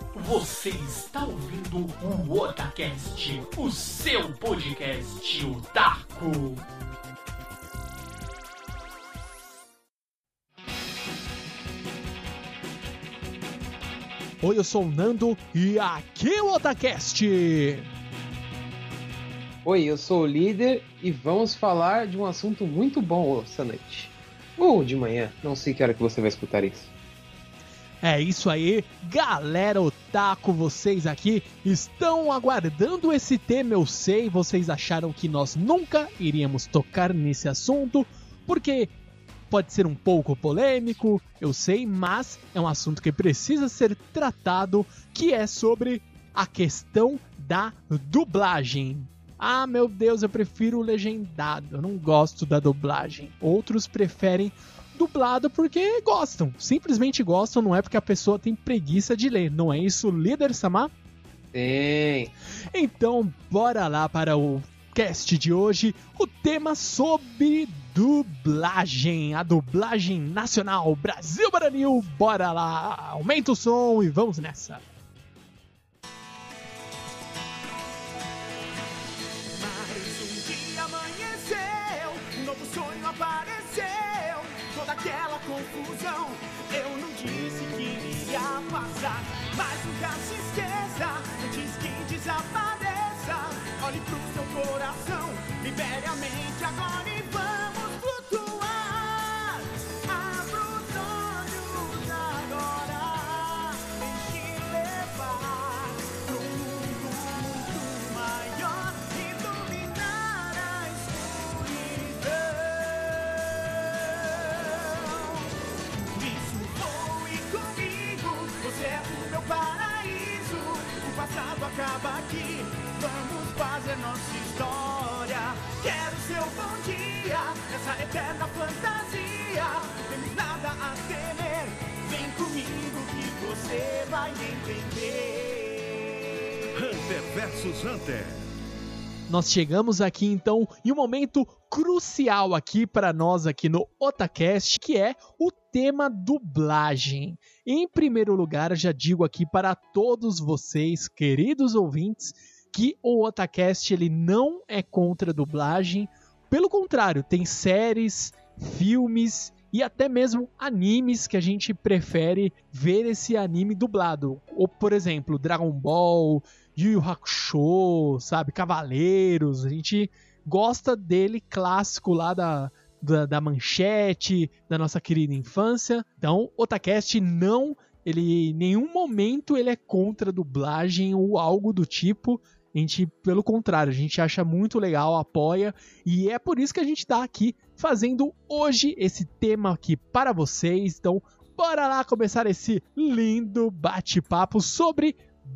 Você está ouvindo o Otacast, o seu podcast otaku. Oi, eu sou o Nando e aqui é o Otacast. Oi, eu sou o Líder e vamos falar de um assunto muito bom essa noite. Ou de manhã, não sei que hora que você vai escutar isso. É isso aí, galera otaku, vocês aqui estão aguardando esse tema, eu sei, vocês acharam que nós nunca iríamos tocar nesse assunto, porque pode ser um pouco polêmico, eu sei, mas é um assunto que precisa ser tratado, que é sobre a questão da dublagem. Ah, meu Deus, eu prefiro o legendado, eu não gosto da dublagem. Outros preferem dublado porque gostam, simplesmente gostam, não é porque a pessoa tem preguiça de ler, não é isso, Líder Samar? Sim. Então, bora lá para o cast de hoje, o tema sobre dublagem, a dublagem nacional, Brasil Baranil, bora lá, aumenta o som e vamos nessa. Mais um dia amanheceu, um novo sonho apareceu, toda aquela confusão, eu não disse que iria passar, mas nunca se esqueça, antes que desapareça, olhe pro seu coração, libere a mente agora e vamos flutuar, abra os olhos agora, deixe levar pro mundo muito maior e dominar a escuridão. Isso voe comigo, você é o meu paraíso, o passado acaba aqui, vamos fazer nossa história. Quero seu bom dia, nessa eterna fantasia, não temos nada a temer, vem comigo que você vai entender. Hunter vs Hunter. Nós chegamos aqui então em um momento crucial aqui para nós aqui no Otacast, que é o tema dublagem. Em primeiro lugar, já digo aqui para todos vocês, queridos ouvintes, que o Otacast ele não é contra a dublagem. Pelo contrário, tem séries, filmes e até mesmo animes que a gente prefere ver esse anime dublado. Ou, por exemplo, Dragon Ball, Yu Yu Hakusho, sabe? Cavaleiros. A gente gosta dele clássico lá da Manchete, da nossa querida infância. Então, o Otacast não, ele, em nenhum momento ele é contra a dublagem ou algo do tipo. A gente, pelo contrário, a gente acha muito legal, apoia, e é por isso que a gente tá aqui fazendo hoje esse tema aqui para vocês. Então, bora lá começar esse lindo bate-papo sobre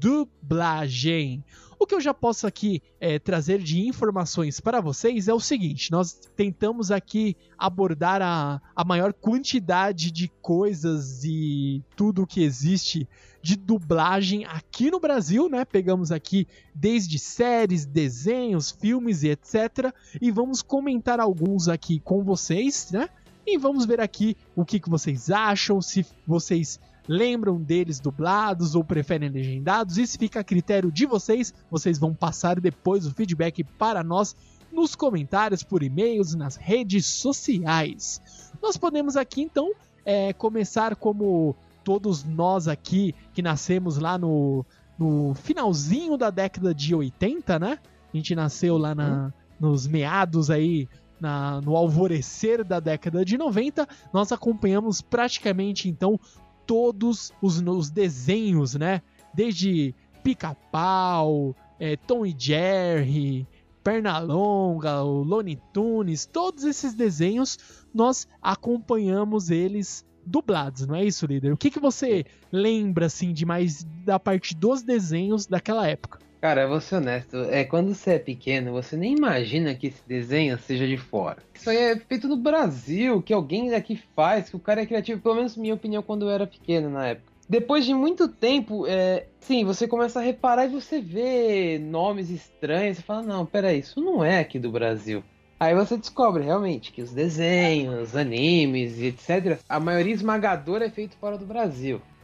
dublagem. O que eu já posso aqui trazer de informações para vocês é o seguinte: nós tentamos aqui abordar a maior quantidade de coisas e tudo que existe de dublagem aqui no Brasil, né? Pegamos aqui desde séries, desenhos, filmes e etc. E vamos comentar alguns aqui com vocês, né? E vamos ver aqui o que vocês acham, se vocês lembram deles dublados ou preferem legendados. Isso fica a critério de vocês. Vocês vão passar depois o feedback para nós nos comentários, por e-mails, nas redes sociais. Nós podemos aqui então começar como todos nós aqui que nascemos lá no finalzinho da década de 80, né? A gente nasceu lá nos meados aí, no alvorecer da década de 90. Nós acompanhamos praticamente então todos os desenhos, né? Desde Pica-Pau, Tom e Jerry, Pernalonga, o Looney Tunes, todos esses desenhos nós acompanhamos eles dublados, não é isso, Líder? O que você lembra assim de mais da parte dos desenhos daquela época? Cara, eu vou ser honesto, quando você é pequeno, você nem imagina que esse desenho seja de fora. Isso aí é feito no Brasil, que alguém daqui faz, que o cara é criativo, pelo menos minha opinião quando eu era pequeno na época. Depois de muito tempo, sim, você começa a reparar e você vê nomes estranhos, você fala, não, peraí, isso não é aqui do Brasil. Aí você descobre realmente que os desenhos, animes e etc., a maioria esmagadora é feito fora do Brasil.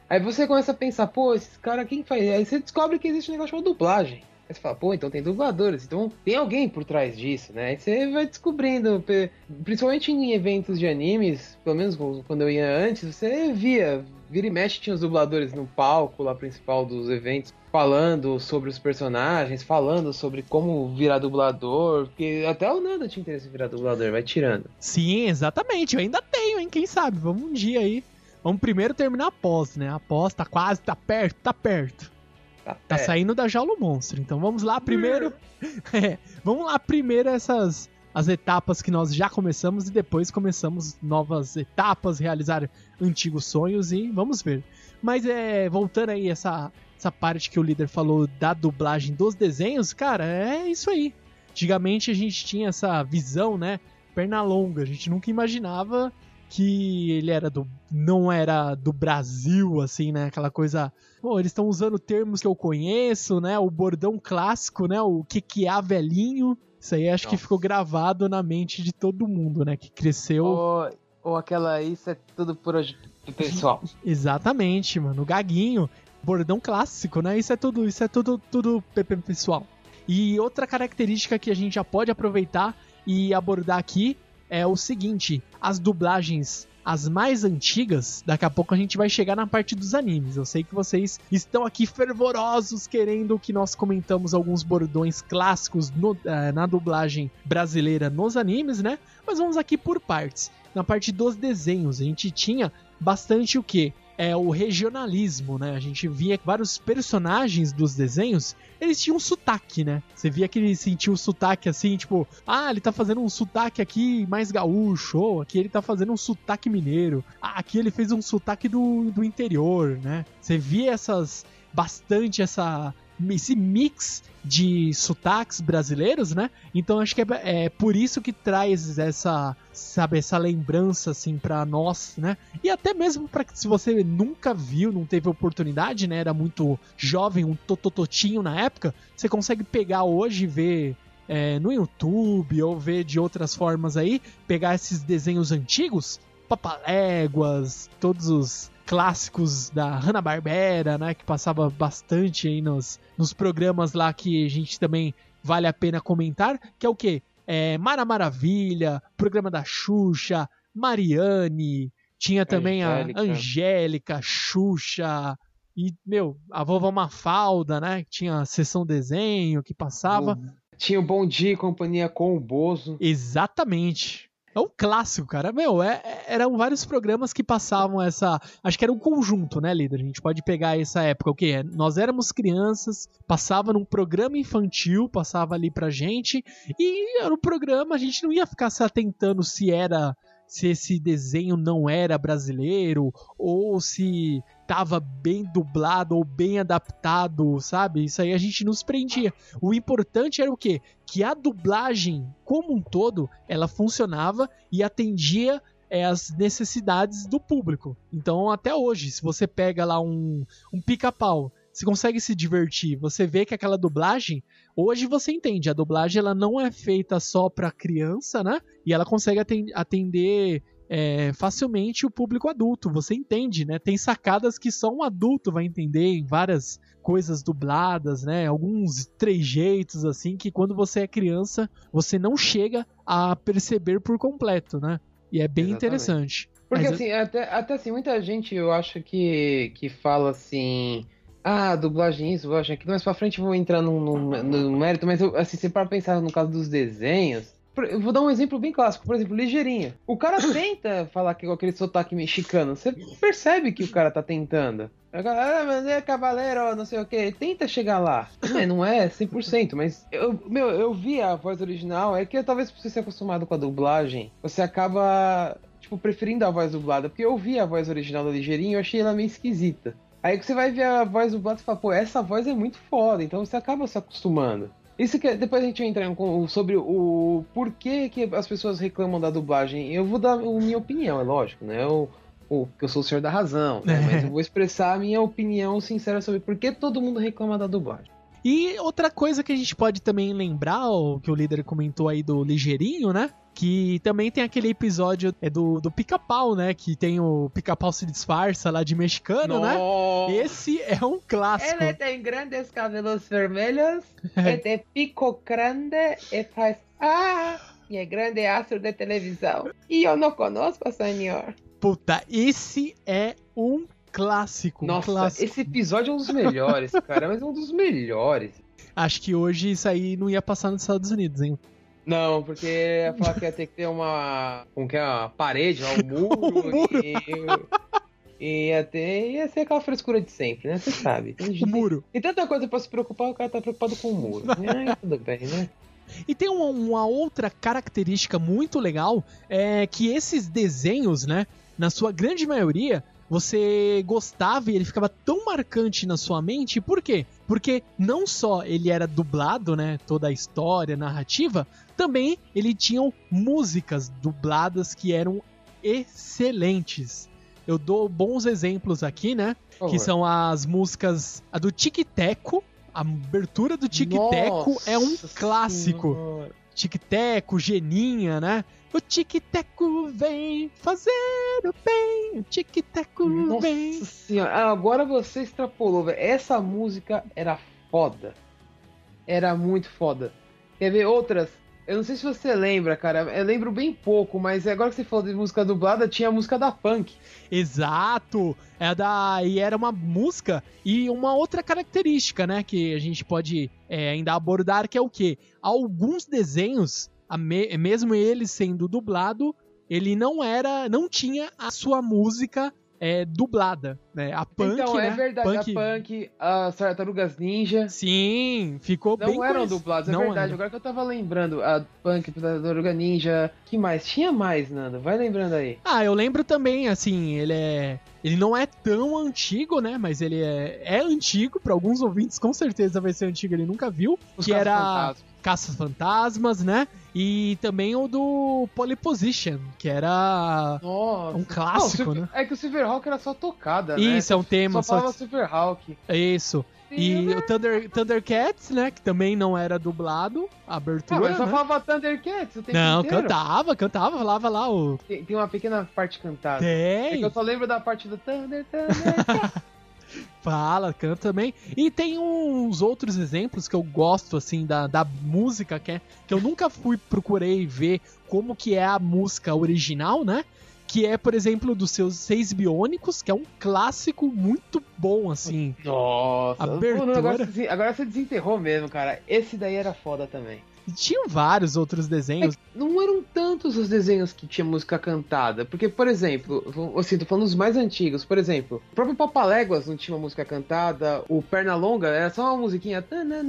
Aí você começa a pensar, pô, esses caras, quem faz? Aí você descobre que existe um negócio chamado dublagem. Aí você fala, pô, então tem dubladores, então tem alguém por trás disso, né? Aí você vai descobrindo, principalmente em eventos de animes, pelo menos quando eu ia antes, você vira e mexe, tinha os dubladores no palco lá principal dos eventos, falando sobre os personagens, falando sobre como virar dublador, porque até o Nanda tinha interesse em virar dublador, vai tirando. Sim, exatamente, eu ainda tenho, hein, quem sabe, vamos um dia aí. Vamos primeiro terminar a pós, né? A pós tá quase, tá perto. Tá saindo da jaula o monstro. Então vamos lá primeiro. Vamos lá primeiro as etapas que nós já começamos e depois começamos novas etapas, realizar antigos sonhos e vamos ver. Mas voltando aí essa parte que o líder falou da dublagem dos desenhos, cara, é isso aí. Antigamente a gente tinha essa visão, né? Perna longa, a gente nunca imaginava que ele não era do Brasil, assim, né? Aquela coisa... Pô, eles estão usando termos que eu conheço, né? O bordão clássico, né? O que é velhinho. Isso aí acho que ficou gravado na mente de todo mundo, né? Que cresceu... Ou aquela... Isso é tudo por hoje, pessoal. Exatamente, mano. O gaguinho. Bordão clássico, né? Isso é tudo pessoal. E outra característica que a gente já pode aproveitar e abordar aqui é o seguinte, as dublagens, as mais antigas, daqui a pouco a gente vai chegar na parte dos animes. Eu sei que vocês estão aqui fervorosos querendo que nós comentamos alguns bordões clássicos na dublagem brasileira nos animes, né? Mas vamos aqui por partes. Na parte dos desenhos, a gente tinha bastante o quê? O regionalismo, né? A gente via que vários personagens dos desenhos, eles tinham um sotaque, né? Você via que ele sentia o sotaque assim, tipo, ele tá fazendo um sotaque aqui mais gaúcho, ou aqui ele tá fazendo um sotaque mineiro, aqui ele fez um sotaque do interior, né? Você via bastante esse mix de sotaques brasileiros, né? Então acho que é por isso que traz essa lembrança assim pra nós, né? E até mesmo para que se você nunca viu, não teve oportunidade, né? Era muito jovem, um tototinho na época, você consegue pegar hoje e ver no YouTube ou ver de outras formas aí, pegar esses desenhos antigos, Papaléguas, todos os clássicos da Hanna-Barbera, né, que passava bastante aí nos programas lá que a gente também vale a pena comentar, que é o quê? Mara Maravilha, programa da Xuxa, Mariane, tinha também a Angélica, Xuxa e, a Vovó Mafalda, né, tinha a sessão desenho que passava. Tinha o Bom Dia e Companhia com o Bozo. Exatamente. É um clássico, cara. Eram vários programas que passavam acho que era um conjunto, né, líder? A gente pode pegar essa época, o quê? Nós éramos crianças, passava num programa infantil, passava ali pra gente, e era um programa, a gente não ia ficar se atentando se esse desenho não era brasileiro, ou se tava bem dublado ou bem adaptado, sabe? Isso aí a gente nos prendia. O importante era o quê? Que a dublagem, como um todo, ela funcionava e atendia as necessidades do público. Então, até hoje, se você pega lá um Pica-Pau, você consegue se divertir, você vê que aquela dublagem, hoje você entende, a dublagem ela não é feita só para criança, né? E ela consegue atender facilmente o público adulto, você entende, né? Tem sacadas que só um adulto vai entender em várias coisas dubladas, né? Alguns trejeitos assim que quando você é criança, você não chega a perceber por completo, né? E é bem Exatamente. Interessante. Porque assim, até assim, muita gente eu acho que fala assim... dublagem isso, dublagem aquilo, mais pra frente eu vou entrar no mérito, mas assim, se para pensar no caso dos desenhos, eu vou dar um exemplo bem clássico, por exemplo, Ligeirinha. O cara tenta falar com aquele sotaque mexicano, você percebe que o cara tá tentando. Mas é cavaleiro, não sei o que, tenta chegar lá. Não é 100%, mas eu vi a voz original, é que talvez por você ser acostumado com a dublagem, você acaba, preferindo a voz dublada, porque eu vi a voz original da Ligeirinha e eu achei ela meio esquisita. Aí que você vai ver a voz dublada e fala, pô, essa voz é muito foda, então você acaba se acostumando. Isso que depois a gente vai entrar sobre o porquê que as pessoas reclamam da dublagem. Eu vou dar a minha opinião, é lógico, né? Porque eu sou o senhor da razão, né? Mas eu vou expressar a minha opinião sincera sobre por que todo mundo reclama da dublagem. E outra coisa que a gente pode também lembrar, o que o líder comentou aí do Ligeirinho, né? Que também tem aquele episódio do Pica-Pau, né? Que tem o Pica-Pau se disfarça lá de mexicano, né? Esse é um clássico. Ele tem grandes cabelos vermelhos, é de pico grande e faz... e é grande astro de televisão. E eu não conosco, senhor. Puta, esse é um clássico. Nossa, um clássico. Esse episódio é um dos melhores, cara. Mas é um dos melhores. Acho que hoje isso aí não ia passar nos Estados Unidos, hein? Não, porque ia falar que ia ter que ter uma parede, um muro. Um muro. Ia ser aquela frescura de sempre, né? Você sabe. O muro. Tem tanta coisa pra se preocupar, o cara tá preocupado com o muro. Aí tudo bem, né? E tem uma outra característica muito legal, é que esses desenhos, né, na sua grande maioria, você gostava e ele ficava tão marcante na sua mente, por quê? Porque não só ele era dublado, né, toda a história, narrativa, também ele tinha músicas dubladas que eram excelentes. Eu dou bons exemplos aqui, né, que são as músicas, a do Tic-Teco. A abertura do Tic-Teco é um clássico. Senhora. Tic-Teco, Geninha, né? O Tic-Teco vem fazer o bem. O Tic-Teco vem. Nossa senhora, agora você extrapolou, velho. Essa música era foda. Era muito foda. Quer ver outras? Eu não sei se você lembra, cara. Eu lembro bem pouco, mas agora que você falou de música dublada, tinha a música da Punk. Exato! E era uma música e uma outra característica, né? Que a gente pode ainda abordar, que é o quê? Alguns desenhos, mesmo eles sendo dublado, ele não tinha a sua música dublada, né? A Punk, então, é né? verdade, a Punk, as Tartarugas Ninja. Sim, ficou bem Não eram dublados, é verdade. Agora que eu tava lembrando, a Punk, a Tartaruga Ninja, que mais? Tinha mais, Nando, vai lembrando aí. Eu lembro também, assim, ele não é tão antigo, né? Mas ele é antigo, para alguns ouvintes com certeza vai ser antigo, ele nunca viu. Que era Caça-Fantasmas, né? E também o do Pole Position, que era um clássico, né? É que o Silverhawk era só tocada, né? Isso, é um tema. Só falava Silverhawk. Isso. E o Thundercats, né? Que também não era dublado, a abertura, mas só né? falava Thundercats o tempo Não, inteiro. cantava, falava lá o... Tem uma pequena parte cantada. Tem. É que eu só lembro da parte do Thundercats. Fala, canta também. E tem uns outros exemplos que eu gosto, assim, da música, que eu nunca procurei ver como que é a música original, né? Que é, por exemplo, dos seus 6 Biônicos, que é um clássico muito bom, assim. Nossa. Abertura. Agora você desenterrou mesmo, cara. Esse daí era foda também. E tinham vários outros desenhos. Não eram tantos os desenhos que tinha música cantada. Porque, por exemplo, assim, tô falando dos mais antigos. Por exemplo, o próprio Papaléguas não tinha uma música cantada. O Pernalonga era só uma musiquinha.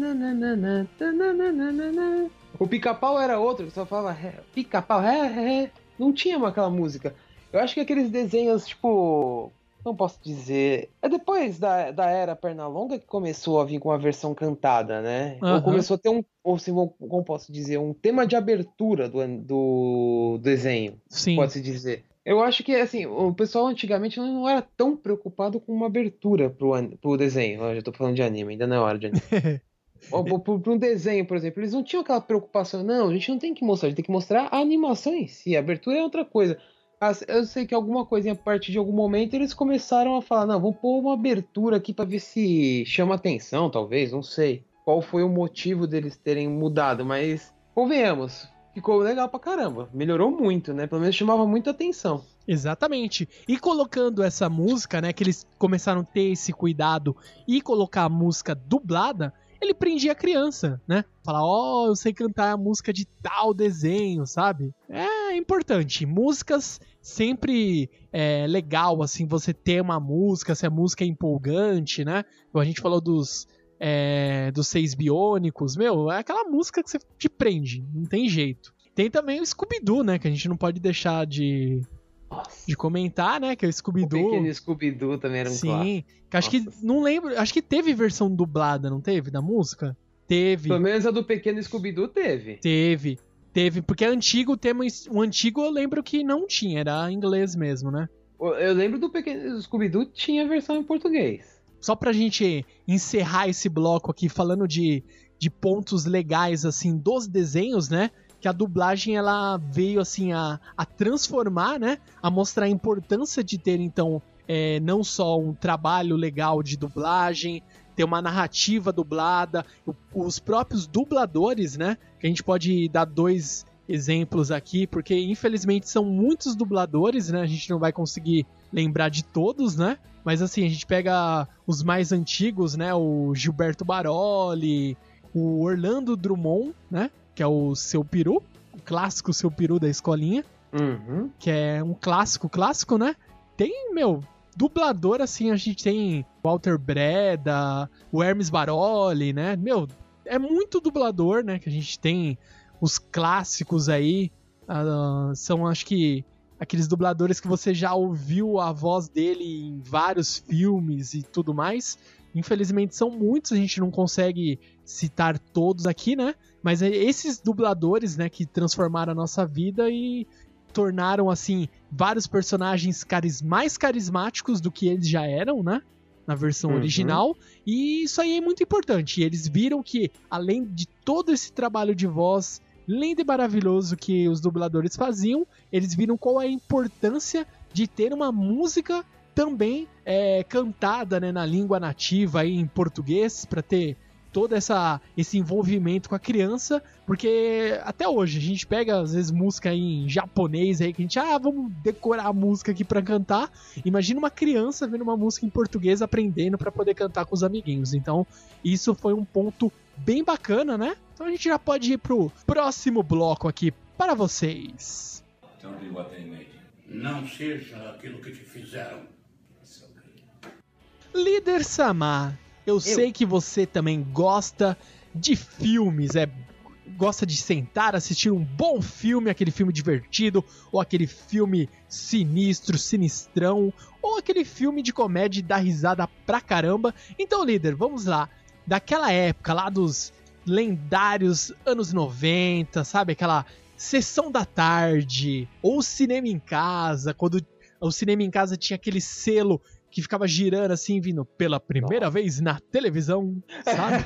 O Pica-Pau era outro, que só falava Pica-Pau, não tinha aquela música. Eu acho que aqueles desenhos, tipo... Não posso dizer... É depois da era Pernalonga que começou a vir com a versão cantada, né? Uhum. Ou começou a ter como posso dizer, um tema de abertura do desenho. Sim. Pode-se dizer. Eu acho que, assim, o pessoal antigamente não era tão preocupado com uma abertura pro desenho. Eu já tô falando de anime, ainda não é hora de anime. Para um desenho, por exemplo, eles não tinham aquela preocupação. Não, a gente não tem que mostrar, a gente tem que mostrar a animação em si. A abertura é outra coisa. Eu sei que alguma coisa, a partir de algum momento, eles começaram a falar, não, vamos pôr uma abertura aqui pra ver se chama atenção, talvez, não sei. Qual foi o motivo deles terem mudado, mas, convenhamos, ficou legal pra caramba. Melhorou muito, né? Pelo menos chamava muita atenção. Exatamente. E colocando essa música, né, que eles começaram a ter esse cuidado e colocar a música dublada, ele prendia a criança, né? Falar, eu sei cantar a música de tal desenho, sabe? É importante. Músicas sempre legal, assim, você ter uma música, se a música é empolgante, né? A gente falou dos 6 Biônicos, é aquela música que você te prende, não tem jeito. Tem também o Scooby-Doo, né? Que a gente não pode deixar de comentar, né? Que é o Scooby-Doo. O pequeno Scooby-Doo também era um clássico. Sim, que acho que, não lembro, acho que teve versão dublada, não teve? Da música? Teve. Pelo menos a do pequeno Scooby-Doo teve. Teve, porque o antigo eu lembro que não tinha, era em inglês mesmo, né? Eu lembro do pequeno Scooby-Doo tinha versão em português. Só pra gente encerrar esse bloco aqui falando de pontos legais, assim, dos desenhos, né? que a dublagem ela veio assim a transformar, né? A mostrar a importância de ter então não só um trabalho legal de dublagem, ter uma narrativa dublada, os próprios dubladores, né? Que a gente pode dar 2 exemplos aqui, porque infelizmente são muitos dubladores, né? A gente não vai conseguir lembrar de todos, né? Mas assim, a gente pega os mais antigos, né? O Gilberto Baroli, o Orlando Drummond, né? Que é o Seu Peru, o clássico Seu Peru da escolinha, que é um clássico, né? Tem, dublador, assim, a gente tem Walter Breda, o Hermes Baroli, né? É muito dublador, né? Que a gente tem os clássicos aí, são, acho que, aqueles dubladores que você já ouviu a voz dele em vários filmes e tudo mais. Infelizmente são muitos, a gente não consegue citar todos aqui, né? Mas esses dubladores, né, que transformaram a nossa vida e tornaram, assim, vários personagens mais carismáticos do que eles já eram, né? Na versão original. E isso aí é muito importante. E eles viram que, além de todo esse trabalho de voz lindo e maravilhoso que os dubladores faziam, eles viram qual é a importância de ter uma música também cantada, né, na língua nativa aí, em português, para ter todo esse envolvimento com a criança, porque até hoje a gente pega às vezes música aí em japonês aí, que a gente, vamos decorar a música aqui pra cantar. Imagina uma criança vendo uma música em português aprendendo pra poder cantar com os amiguinhos. Então isso foi um ponto bem bacana, né? Então a gente já pode ir pro próximo bloco aqui para vocês. Não seja aquilo que te fizeram. Líder Samar, eu sei que você também gosta de filmes, gosta de sentar, assistir um bom filme, aquele filme divertido, ou aquele filme sinistro, sinistrão, ou aquele filme de comédia e dar risada pra caramba. Então, líder, vamos lá. Daquela época, lá dos lendários anos 90, sabe? Aquela sessão da tarde, ou cinema em casa, quando o cinema em casa tinha aquele selo que ficava girando assim, vindo pela primeira vez na televisão, sabe?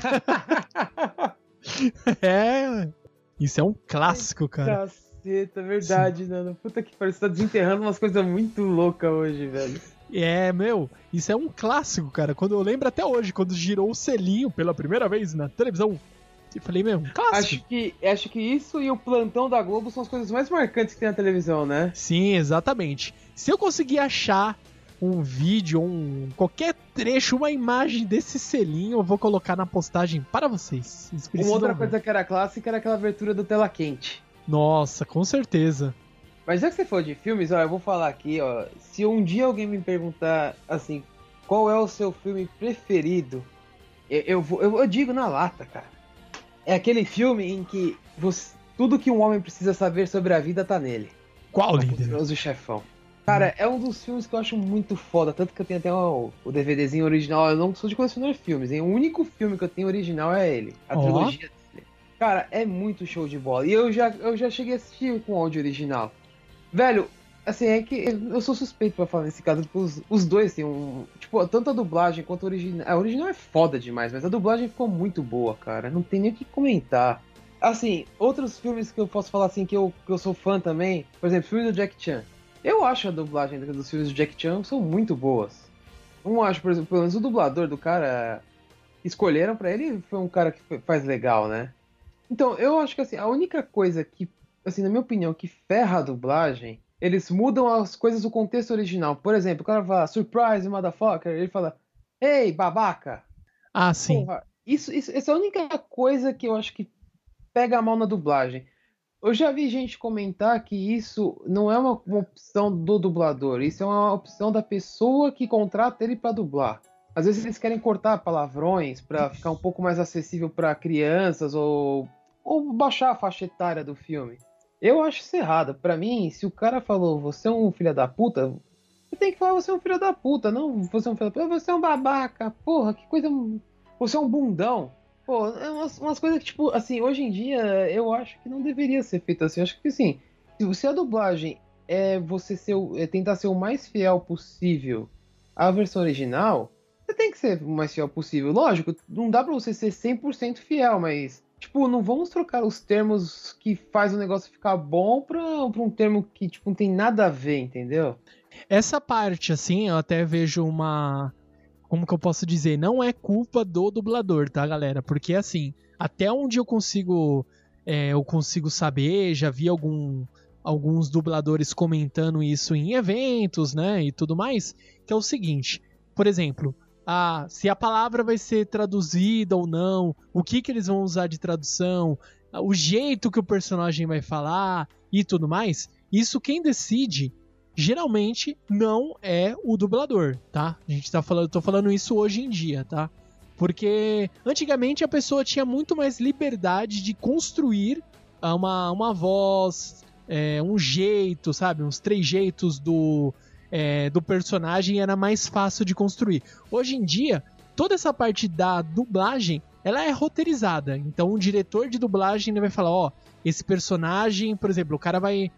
Isso é um clássico, cara. Caceta, verdade, Nano. Puta que pariu, você tá desenterrando umas coisas muito loucas hoje, velho. Isso é um clássico, cara. Quando eu lembro até hoje, quando girou o selinho pela primeira vez na televisão, eu falei, clássico. Acho que isso e o plantão da Globo são as coisas mais marcantes que tem na televisão, né? Sim, exatamente. Se eu conseguir achar um vídeo, qualquer trecho, uma imagem desse selinho, eu vou colocar na postagem para vocês. Uma outra coisa que era clássica era aquela abertura do Tela Quente. Nossa, com certeza. Mas já que você for de filmes, eu vou falar aqui, se um dia alguém me perguntar, assim, qual é o seu filme preferido, eu digo na lata, cara. É aquele filme em que tudo que um homem precisa saber sobre a vida tá nele. Qual, líder? O Poderoso Chefão. Cara, é um dos filmes que eu acho muito foda, tanto que eu tenho até o DVDzinho original. Eu não sou de colecionar filmes, hein? O único filme que eu tenho original é ele, a trilogia dele. Cara, é muito show de bola. E eu já cheguei a assistir com o áudio original. Velho, assim, é que eu sou suspeito pra falar nesse caso, porque os dois têm tipo, tanto a dublagem quanto a original. A original é foda demais, mas a dublagem ficou muito boa, cara. Não tem nem o que comentar. Assim, outros filmes que eu posso falar assim, que eu sou fã também, por exemplo, filme do Jack Chan. Eu acho a dublagem dos filmes do Jack Chan são muito boas. Não acho, por exemplo, pelo menos o dublador do cara escolheram pra ele, foi um cara que faz legal, né? Então, eu acho que assim, a única coisa que, assim, na minha opinião, que ferra a dublagem, eles mudam as coisas do contexto original. Por exemplo, o cara fala, surprise, motherfucker, ele fala, ei, babaca. Ah, sim. Porra, essa é a única coisa que eu acho que pega mal na dublagem. Eu já vi gente comentar que isso não é uma opção do dublador, isso é uma opção da pessoa que contrata ele pra dublar. Às vezes eles querem cortar palavrões pra ficar um pouco mais acessível pra crianças ou baixar a faixa etária do filme. Eu acho isso errado. Pra mim, se o cara falou, você é um filho da puta, você tem que falar, você é um filho da puta, não você é um filho da puta, você é um babaca, porra, que coisa, você é um bundão. Pô, é umas coisas que, tipo, assim, hoje em dia eu acho que não deveria ser feito assim. Eu acho que, assim, se a dublagem é você tentar ser o mais fiel possível à versão original, você tem que ser o mais fiel possível. Lógico, não dá pra você ser 100% fiel, mas Tipo, não vamos trocar os termos que faz o negócio ficar bom pra um termo que, tipo, não tem nada a ver, entendeu? Essa parte, assim, eu até vejo como que eu posso dizer? Não é culpa do dublador, tá, galera? Porque, assim, até onde eu consigo saber, já vi alguns dubladores comentando isso em eventos, né, e tudo mais, que é o seguinte, por exemplo, se a palavra vai ser traduzida ou não, o que eles vão usar de tradução, o jeito que o personagem vai falar e tudo mais, isso quem decide geralmente não é o dublador, tá? Eu tô falando isso hoje em dia, tá? Porque antigamente a pessoa tinha muito mais liberdade de construir uma voz, um jeito, sabe? Uns trejeitos do personagem era mais fácil de construir. Hoje em dia, toda essa parte da dublagem, ela é roteirizada. Então o diretor de dublagem vai falar, ó, esse personagem, por exemplo, o cara vai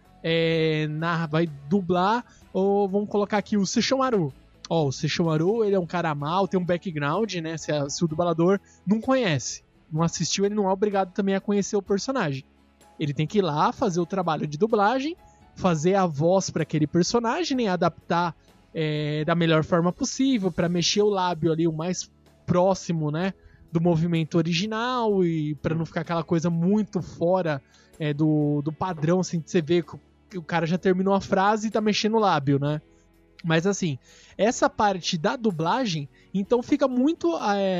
dublar, ou vamos colocar aqui o Sesshomaru. Ó, o Sesshomaru, ele é um cara mal, tem um background, né? Se o dublador não conhece, não assistiu, ele não é obrigado também a conhecer o personagem. Ele tem que ir lá fazer o trabalho de dublagem, fazer a voz para aquele personagem, né? Adaptar da melhor forma possível, para mexer o lábio ali o mais próximo, né? Do movimento original, e para não ficar aquela coisa muito fora do padrão, assim, de você ver que o cara já terminou a frase e tá mexendo o lábio, né? Mas assim, essa parte da dublagem, então fica muito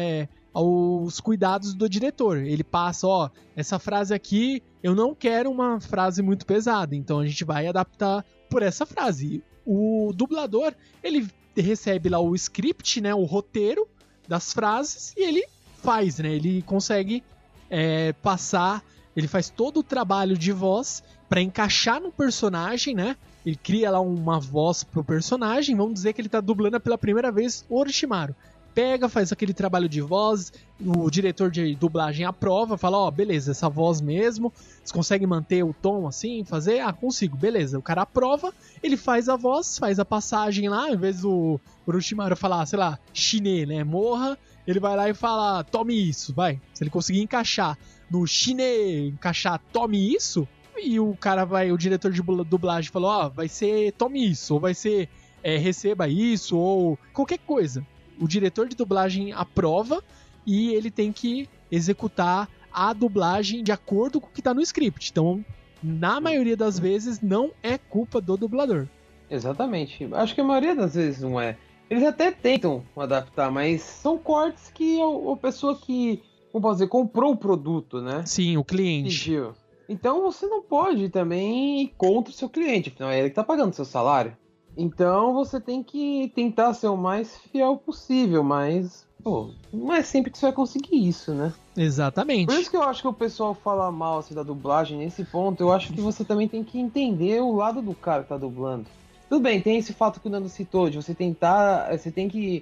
aos cuidados do diretor. Ele passa, ó, essa frase aqui, eu não quero uma frase muito pesada, então a gente vai adaptar por essa frase. O dublador, ele recebe lá o script, né, o roteiro das frases, e ele faz, né? Ele consegue passar, ele faz todo o trabalho de voz para encaixar no personagem, né? Ele cria lá uma voz pro personagem, vamos dizer que ele tá dublando pela primeira vez o Orochimaru. Pega, faz aquele trabalho de voz, o diretor de dublagem aprova, fala, ó, beleza, essa voz mesmo, você consegue manter o tom assim, fazer? Ah, consigo, beleza. O cara aprova, ele faz a voz, faz a passagem lá, ao invés do Orochimaru falar, sei lá, Shine, né, morra, ele vai lá e fala, tome isso, vai. Se ele conseguir encaixar no Shine, encaixar tome isso, e o diretor de dublagem falou, ó, vai ser tome isso, ou vai ser receba isso, ou qualquer coisa. O diretor de dublagem aprova e ele tem que executar a dublagem de acordo com o que tá no script. Então, na maioria das vezes, não é culpa do dublador. Exatamente. Acho que a maioria das vezes não é. Eles até tentam adaptar, mas são cortes que a pessoa que, como posso dizer, comprou o produto, né? Sim, o cliente. Pediu. Então você não pode também ir contra o seu cliente, afinal é ele que tá pagando o seu salário. Então você tem que tentar ser o mais fiel possível, mas, pô, não é sempre que você vai conseguir isso, né? Exatamente. Por isso que eu acho que o pessoal fala mal assim, da dublagem nesse ponto. Eu acho que você também tem que entender o lado do cara que tá dublando. Tudo bem, tem esse fato que o Nando citou, de você tem que,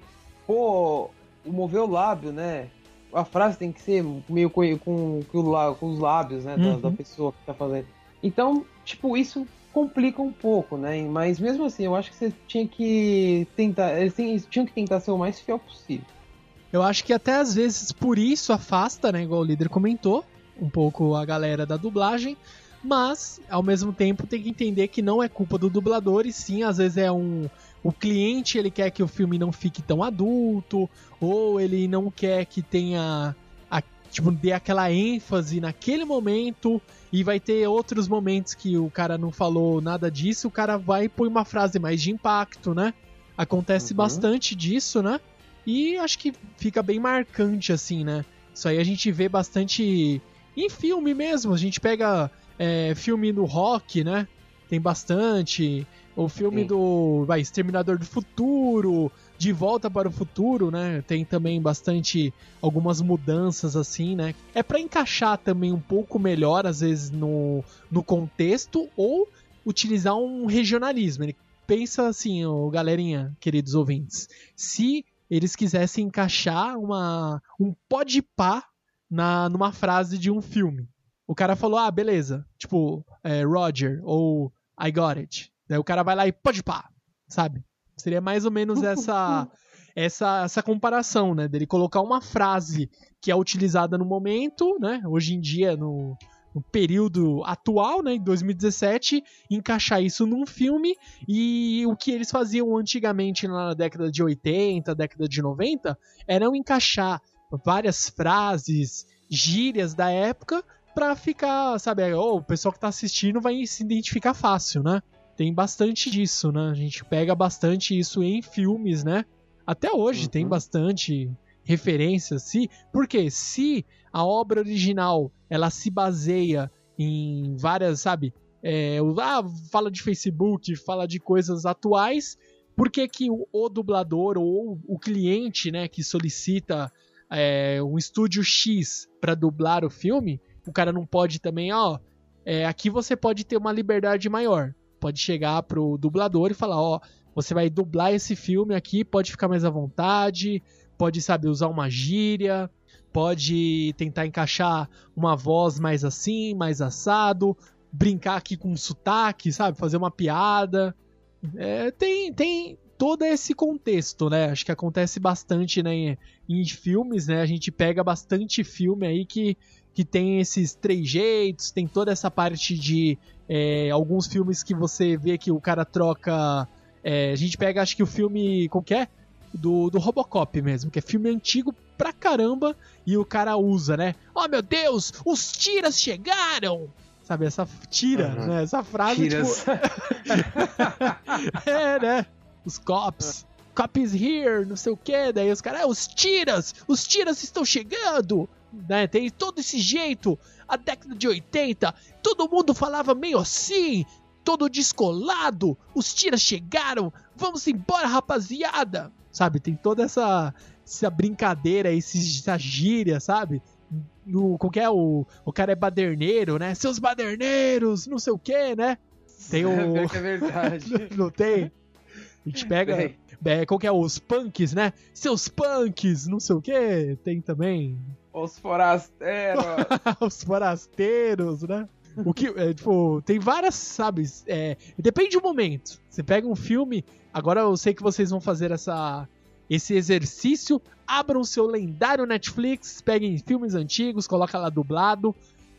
mover o lábio, né? A frase tem que ser meio com os lábios, né, da pessoa que tá fazendo. Então, tipo, isso complica um pouco, né? Mas mesmo assim, eu acho que você tinha que tentar, eles tinham que tentar ser o mais fiel possível. Eu acho que até às vezes por isso afasta, né, igual o líder comentou, um pouco a galera da dublagem, mas ao mesmo tempo tem que entender que não é culpa do dublador, e sim, às vezes o cliente, ele quer que o filme não fique tão adulto, ou ele não quer que tenha dê aquela ênfase naquele momento, e vai ter outros momentos que o cara não falou nada disso, o cara vai e põe uma frase mais de impacto, né? Acontece bastante disso, né? E acho que fica bem marcante, assim, né? Isso aí a gente vê bastante em filme mesmo. A gente pega filme do Rock, né? Tem bastante. O filme do Exterminador do Futuro, De Volta para o Futuro, né? Tem também bastante algumas mudanças assim, né? É para encaixar também um pouco melhor, às vezes, no contexto, ou utilizar um regionalismo. Ele pensa assim, galerinha, queridos ouvintes, se eles quisessem encaixar um podpá numa frase de um filme. O cara falou, beleza, tipo, Roger, ou I got it. Daí o cara vai lá e pode pá, sabe? Seria mais ou menos essa comparação, né? Dele colocar uma frase que é utilizada no momento, né? Hoje em dia, no período atual, né? Em 2017, encaixar isso num filme, e o que eles faziam antigamente na década de 80, década de 90, era encaixar várias frases, gírias da época pra ficar, sabe, o pessoal que tá assistindo vai se identificar fácil, né? Tem bastante disso, né? A gente pega bastante isso em filmes, né? Até hoje tem bastante referência, porque se a obra original ela se baseia em várias, sabe, fala de Facebook, fala de coisas atuais, por que o dublador ou o cliente, né, que solicita um estúdio X para dublar o filme, o cara não pode também, aqui você pode ter uma liberdade maior, pode chegar pro dublador e falar, você vai dublar esse filme aqui, pode ficar mais à vontade, pode, sabe, usar uma gíria, pode tentar encaixar uma voz mais assim, mais assado, brincar aqui com um sotaque, sabe, fazer uma piada. Tem todo esse contexto, né? Acho que acontece bastante, né, em filmes, né? A gente pega bastante filme aí que tem esses trejeitos, tem toda essa parte de alguns filmes que você vê que o cara troca. A gente pega, acho que o filme, como que é? Do Robocop mesmo, que é filme antigo pra caramba, e o cara usa, né? Oh meu Deus, os tiras chegaram! Sabe, essa tira, né? Essa frase, Tiras. tipo... né? Os cops is here, não sei o que, daí os caras, os tiras estão chegando, né? Tem todo esse jeito, a década de 80, todo mundo falava meio assim, todo descolado, os tiras chegaram, vamos embora, rapaziada, sabe? Tem toda essa brincadeira, essa gíria, sabe? Como que é? O cara é baderneiro, né? Seus baderneiros, não sei o que, né? Tem o... É verdade. Não tem? A gente pega... Qual que é? Os punks, né? Seus punks, não sei o que. Tem também... Os forasteiros. Os forasteiros, né? O que, tipo, tem várias, sabe? Depende do momento. Você pega um filme... Agora eu sei que vocês vão fazer esse exercício. Abram seu lendário Netflix, peguem filmes antigos, coloca lá dublado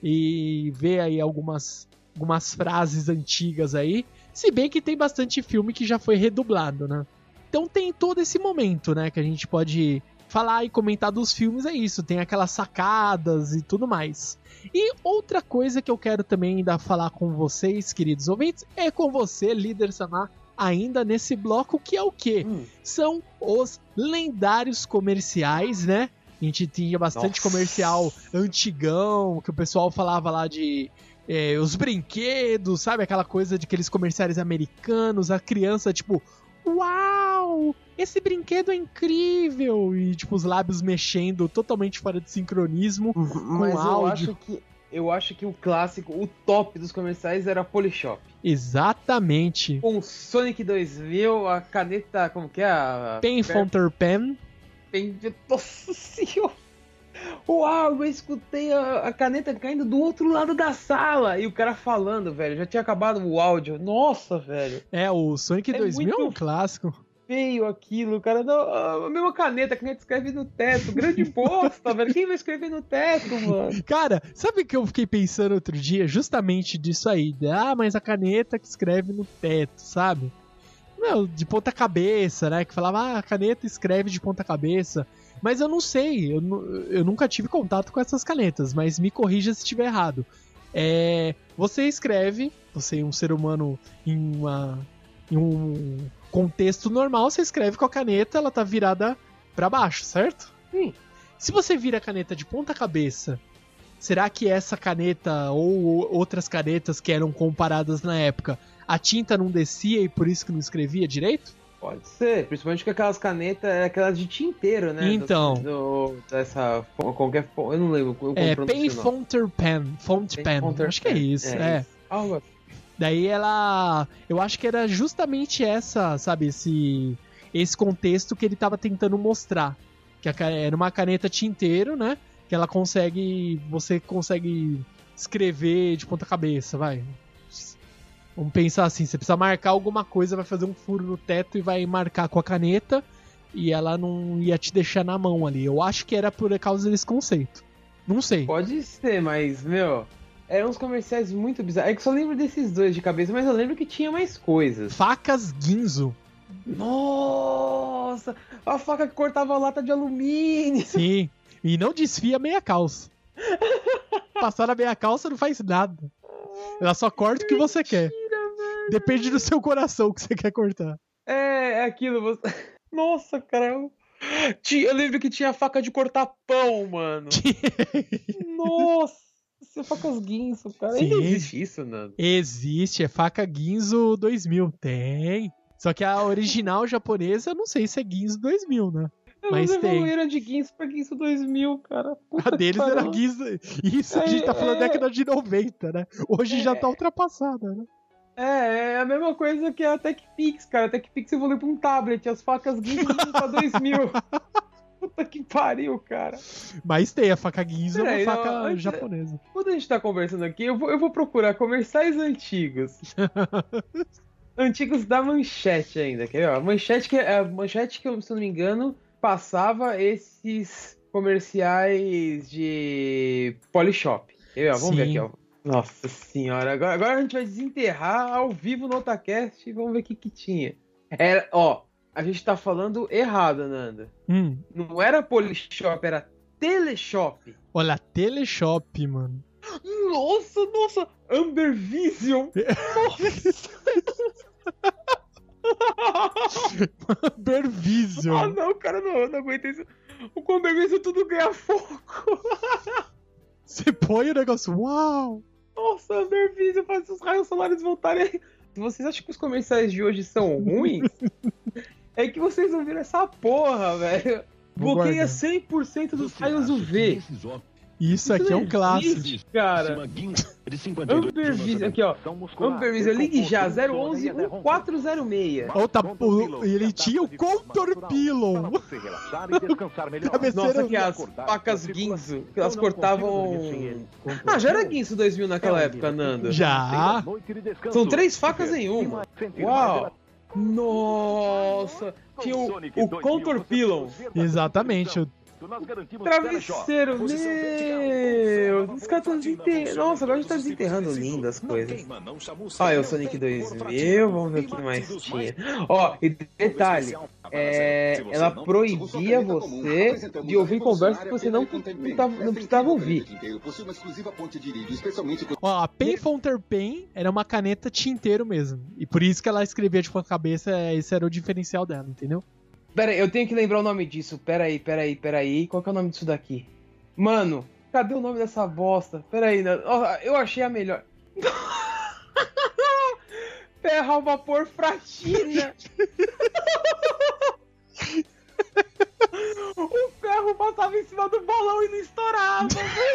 e vê aí algumas frases antigas aí. Se bem que tem bastante filme que já foi redublado, né? Então tem todo esse momento, né? Que a gente pode falar e comentar dos filmes, é isso. Tem aquelas sacadas e tudo mais. E outra coisa que eu quero também ainda falar com vocês, queridos ouvintes, é com você, líder Samar, ainda nesse bloco, que é o quê? São os lendários comerciais, né? A gente tinha bastante comercial antigão, que o pessoal falava lá de... os brinquedos, sabe? Aquela coisa de aqueles comerciais americanos, a criança, tipo... Uau! Esse brinquedo é incrível! E, tipo, os lábios mexendo totalmente fora de sincronismo Mas com áudio. Eu acho que o clássico, o top dos comerciais era a Polishop. Exatamente. Com Sonic 2000, a caneta, como que é? Pen Fountain Pen. Nossa senhora! Uau, eu escutei a caneta caindo do outro lado da sala. E o cara falando, velho. Já tinha acabado o áudio. Nossa, velho. O Sonic 2000 é um clássico. Feio aquilo, cara. Não, a mesma caneta que a gente escreve no teto. Grande bosta, velho. Quem vai escrever no teto, mano? Cara, sabe o que eu fiquei pensando outro dia? Justamente disso aí. Mas a caneta que escreve no teto, sabe? Não, de ponta cabeça, né? Que falava, a caneta escreve de ponta cabeça. Mas eu não sei, eu nunca tive contato com essas canetas, mas me corrija se estiver errado. Você escreve, você é um ser humano em um contexto normal, você escreve com a caneta, ela tá virada pra baixo, certo? Sim. Se você vira a caneta de ponta cabeça, será que essa caneta ou outras canetas que eram comparadas na época, a tinta não descia e por isso que não escrevia direito? Pode ser, principalmente que aquelas canetas, aquelas de tinteiro, né? Então. Dessa qualquer, eu não lembro. Pen Fountain Pen. Font Pen. Acho que é isso. Algo assim. Daí eu acho que era justamente essa, sabe, esse contexto que ele tava tentando mostrar. Que era uma caneta tinteiro, né? Que você consegue escrever de ponta cabeça, vai. Vamos pensar assim, você precisa marcar alguma coisa, vai fazer um furo no teto e vai marcar com a caneta. e ela não ia te deixar na mão ali. Eu acho que era por causa desse conceito. Não sei. Pode ser, mas, eram uns comerciais muito bizarros. É que só lembro desses dois de cabeça, mas eu lembro que tinha mais coisas. Facas Ginzo. Nossa! A faca que cortava lata de alumínio. Sim. E não desfia meia calça. Passar na meia calça não faz nada. Ela só corta o que você quer. Velho. Depende do seu coração que você quer cortar. É aquilo. Nossa, cara. Eu lembro que tinha faca de cortar pão, mano. Nossa, facas Ginzo, cara. Sim. Ainda existe isso, Nando? Existe, é faca Ginzo 2000. Tem. Só que a original japonesa, eu não sei se é Ginzo 2000, né? Mas tem. Era de Ginzo pra Ginzo 2000, cara. Puta A deles que era pariu. Ginzo. Isso a gente tá falando da década de 90, né? Hoje já tá ultrapassada, né? É a mesma coisa que a TechPix, cara. A TechPix evoluiu pra um tablet, as facas Ginzo vêm pra 2000. Puta que pariu, cara. Mas tem, a faca Ginzo é Peraí, uma faca antes- japonesa. Quando a gente tá conversando aqui, eu vou procurar comerciais antigos. Antigos da Manchete ainda, quer ver? Ó, Manchete que, se eu não me engano, passava esses comerciais de Polishop. Quer ver? Ó, vamos ver Sim. aqui, ó. Nossa senhora, agora a gente vai desenterrar ao vivo no Otacast e vamos ver o que tinha. A gente tá falando errado, Nanda. Não era Polishop, era Teleshop. Olha, Teleshop, mano. Nossa, Amber Vision. Amber Vision. Ah, não, cara, não aguentei isso. O Amber Vision tudo ganha fogo. Você põe o negócio, uau! Nossa, Amber Vision faz os raios solares voltarem. Se vocês acham que os comerciais de hoje são ruins, é que vocês não viram essa porra, velho. Vou Bloqueia guardar. 100% dos raios UV. Isso aqui é um clássico. Existe, cara. Amber Vision, aqui ó. Amber Vision, ligue já, 011 1406. Ele tinha o Contour Pillow. Nossa, que as facas Ginzo, que elas cortavam... Ah, já era Ginzo 2000 naquela época, Nando. Já. São 3 facas em uma. Uau. Nossa. Tinha o Contour Pillow. Exatamente. Travesseiro, meu. Os caras estão desenterrando. Nossa, agora a gente tá desenterrando lindo as coisas. Ó, é o Sonic 2000. Vamos ver o que mais tinha. Ó, e detalhe. Ela proibia você de ouvir conversas que você não precisava ouvir. Ó, a Pen Fountain Pen era uma caneta tinteiro mesmo. E por isso que ela escrevia de ponta cabeça, esse era o diferencial dela, entendeu? Pera aí, eu tenho que lembrar o nome disso. Pera aí. Qual que é o nome disso daqui? Mano, cadê o nome dessa bosta? Pera aí, eu achei a melhor. Ferro ao vapor Fratina. O ferro passava em cima do balão e não estourava.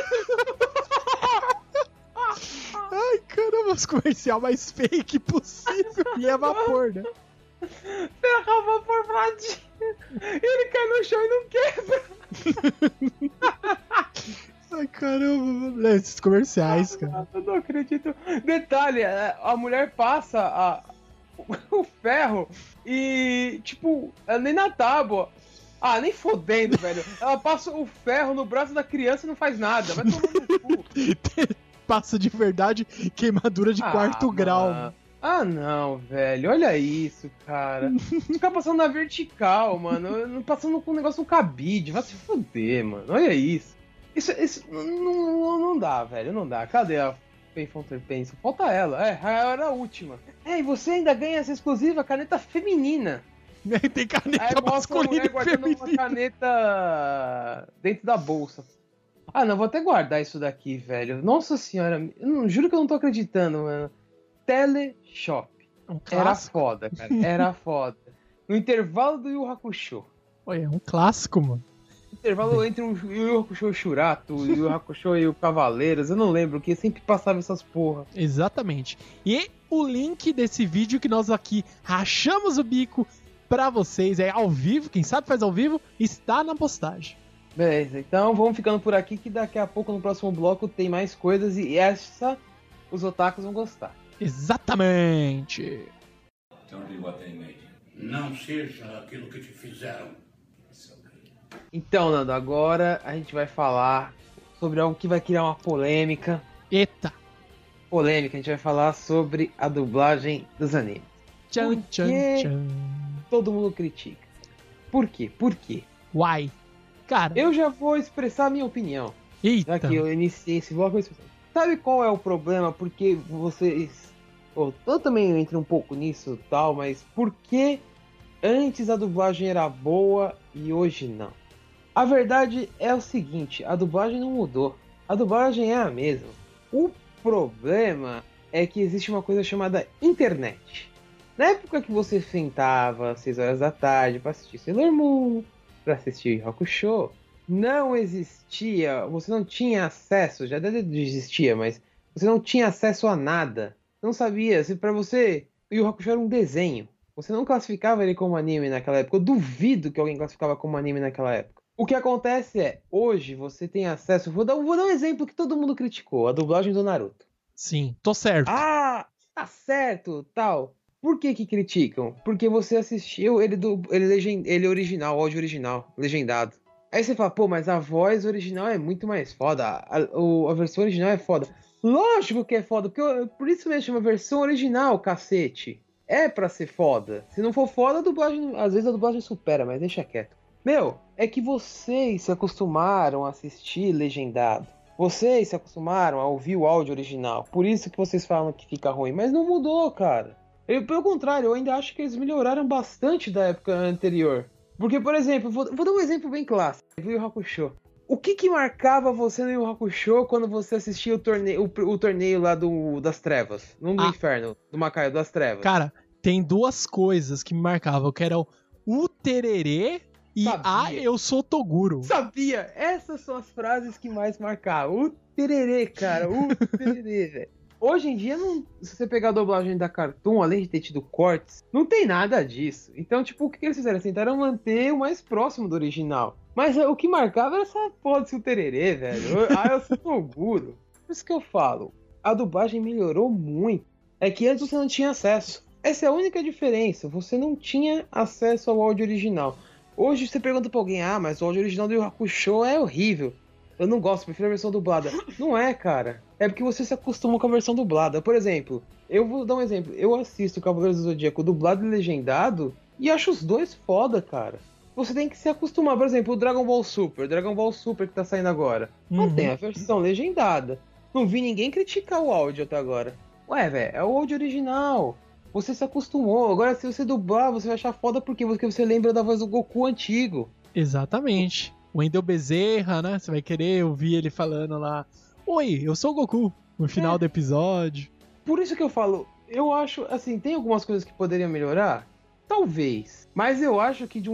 Ai, caramba, os comercial mais fake possível. E é vapor, né? Ferro ao vapor Fratina. Ele cai no chão e não quebra. Ai, caramba, mano. Esses comerciais, cara. Eu não acredito. Detalhe, a mulher passa o ferro e, tipo, ela nem na tábua. Ah, nem fodendo, velho. Ela passa o ferro no braço da criança e não faz nada. Vai tomar no cu. Passa de verdade queimadura de quarto grau. Mano. Ah, não, velho. Olha isso, cara. Ficar passando na vertical, mano. Passando com um negócio no cabide. Vai se fuder, mano. Olha isso. Isso não dá, velho. Não dá. Cadê a Pen Fountain Pen? Só falta ela. Era a última. E você ainda ganha essa exclusiva caneta feminina. Tem caneta Aí mostra a masculina mulher e guardando uma feminina. caneta dentro da bolsa. Ah, não, vou até guardar isso daqui, velho. Nossa senhora, juro que eu não tô acreditando, mano. Teleshop. Um Era clássico. foda, cara. Era foda. No intervalo do Yu Hakusho. Olha, é um clássico, mano. Intervalo entre o Yu Hakusho e o Shurato, o Yu Hakusho e o Cavaleiros, eu não lembro, que sempre passava essas porra. Exatamente. E o link desse vídeo que nós aqui rachamos o bico pra vocês, é ao vivo, quem sabe faz ao vivo, está na postagem. Beleza, então vamos ficando por aqui que daqui a pouco no próximo bloco tem mais coisas e essa os otakus vão gostar. Exatamente. Não seja aquilo que te fizeram. Então, Nando, agora a gente vai falar sobre algo que vai criar uma polêmica. Eita! A gente vai falar sobre a dublagem dos animes. Tchan, Por tchan, que tchan. todo mundo critica? Por quê? Uai. Cara, Eu já vou expressar a minha opinião. eita. Já que eu iniciei esse bloco, sabe qual é o problema? Porque vocês... eu também entro um pouco nisso e tal, mas por que antes a dublagem era boa e hoje não? A verdade é o seguinte, a dublagem não mudou. A dublagem é a mesma. O problema é que existe uma coisa chamada internet. Na época que você sentava às 6 horas da tarde para assistir Sailor Moon, para assistir Hakusho, não existia, você não tinha acesso, já existia, mas você não tinha acesso a nada. Não sabia, se para você o Yu Hakusho era um desenho. Você não classificava ele como anime naquela época. Eu duvido que alguém classificava como anime naquela época. O que acontece é, hoje você tem acesso... Vou dar um exemplo que todo mundo criticou, a dublagem do Naruto. Sim, tô certo. Ah, tá certo, tal. Por que criticam? Porque você assistiu ele original, áudio original, legendado. Aí você fala, pô, mas a voz original é muito mais foda, a versão original é foda. Lógico que é foda, por isso mesmo chama versão original, cacete. É pra ser foda. Se não for foda, a dublagem, às vezes a dublagem supera, mas deixa quieto. Meu, é que vocês se acostumaram a assistir legendado. Vocês se acostumaram a ouvir o áudio original. Por isso que vocês falam que fica ruim. Mas não mudou, cara. Pelo contrário, eu ainda acho que eles melhoraram bastante da época anterior. Porque, por exemplo, vou dar um exemplo bem clássico. Yu Hakusho. O que marcava você no Yu Hakusho quando você assistia o torneio lá das trevas? Não do inferno, do Macaio, das trevas. Cara, tem duas coisas que me marcavam, que eram o tererê e eu sou Toguro. Sabia! Essas são as frases que mais marcavam. O tererê, cara. O tererê, velho. Hoje em dia, se você pegar a dublagem da Cartoon, além de ter tido cortes, não tem nada disso. Então, tipo, o que eles fizeram? Tentaram manter o mais próximo do original. Mas o que marcava era essa porra desse tererê, velho. Eu sou Toguro. Por isso que eu falo, a dublagem melhorou muito. É que antes você não tinha acesso. Essa é a única diferença. Você não tinha acesso ao áudio original. Hoje você pergunta pra alguém, mas o áudio original do Yu Hakusho é horrível. Eu não gosto, prefiro a versão dublada. Não é, cara. É porque você se acostumou com a versão dublada. Por exemplo, eu vou dar um exemplo. Eu assisto Cavaleiros do Zodíaco dublado e legendado e acho os dois foda, cara. Você tem que se acostumar. Por exemplo, o Dragon Ball Super que tá saindo agora. Não tem a versão legendada. Não vi ninguém criticar o áudio até agora. Ué, velho, é o áudio original. Você se acostumou. Agora, se você dublar, você vai achar foda porque você lembra da voz do Goku antigo. Exatamente. O Wendel Bezerra, né? Você vai querer ouvir ele falando lá, oi, eu sou o Goku, no final do episódio. Por isso que eu falo, eu acho, assim, tem algumas coisas que poderiam melhorar? Talvez. Mas eu acho que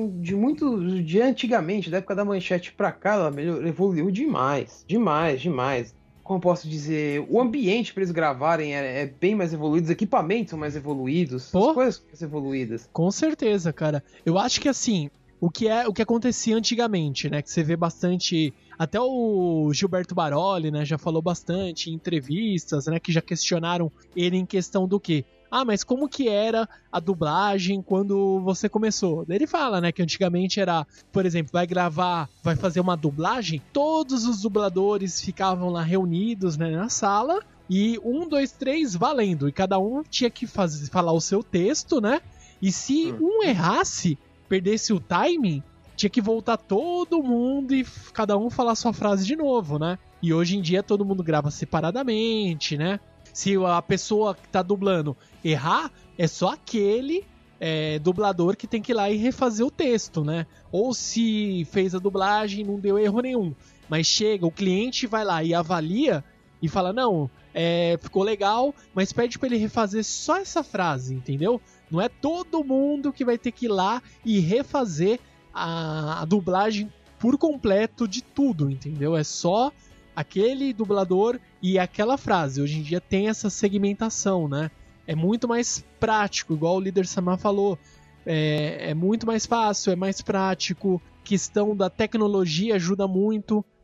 de antigamente, da época da Manchete pra cá, ela evoluiu demais. Demais. Como posso dizer, o ambiente pra eles gravarem é bem mais evoluído, os equipamentos são mais evoluídos, as coisas são mais evoluídas. Com certeza, cara. Eu acho que assim, o que acontecia antigamente, né? Que você vê bastante. Até o Gilberto Baroli, né? Já falou bastante em entrevistas, né? Que já questionaram ele em questão do quê? Mas como que era a dublagem quando você começou? Ele fala, né, que antigamente era, por exemplo, vai fazer uma dublagem, todos os dubladores ficavam lá reunidos, né, na sala, e 1, 2, 3, valendo, e cada um tinha que falar o seu texto, né, e se um errasse, perdesse o timing, tinha que voltar todo mundo e cada um falar sua frase de novo, né, e hoje em dia todo mundo grava separadamente, né. Se a pessoa que tá dublando errar, é só aquele dublador que tem que ir lá e refazer o texto, né? Ou se fez a dublagem e não deu erro nenhum, mas chega, o cliente vai lá e avalia e fala, não, ficou legal, mas pede pra ele refazer só essa frase, entendeu? Não é todo mundo que vai ter que ir lá e refazer a dublagem por completo de tudo, entendeu? É só aquele dublador e aquela frase. Hoje em dia tem essa segmentação, né? É muito mais prático, igual o líder Samar falou. É muito mais fácil, é mais prático. Questão da tecnologia ajuda muito.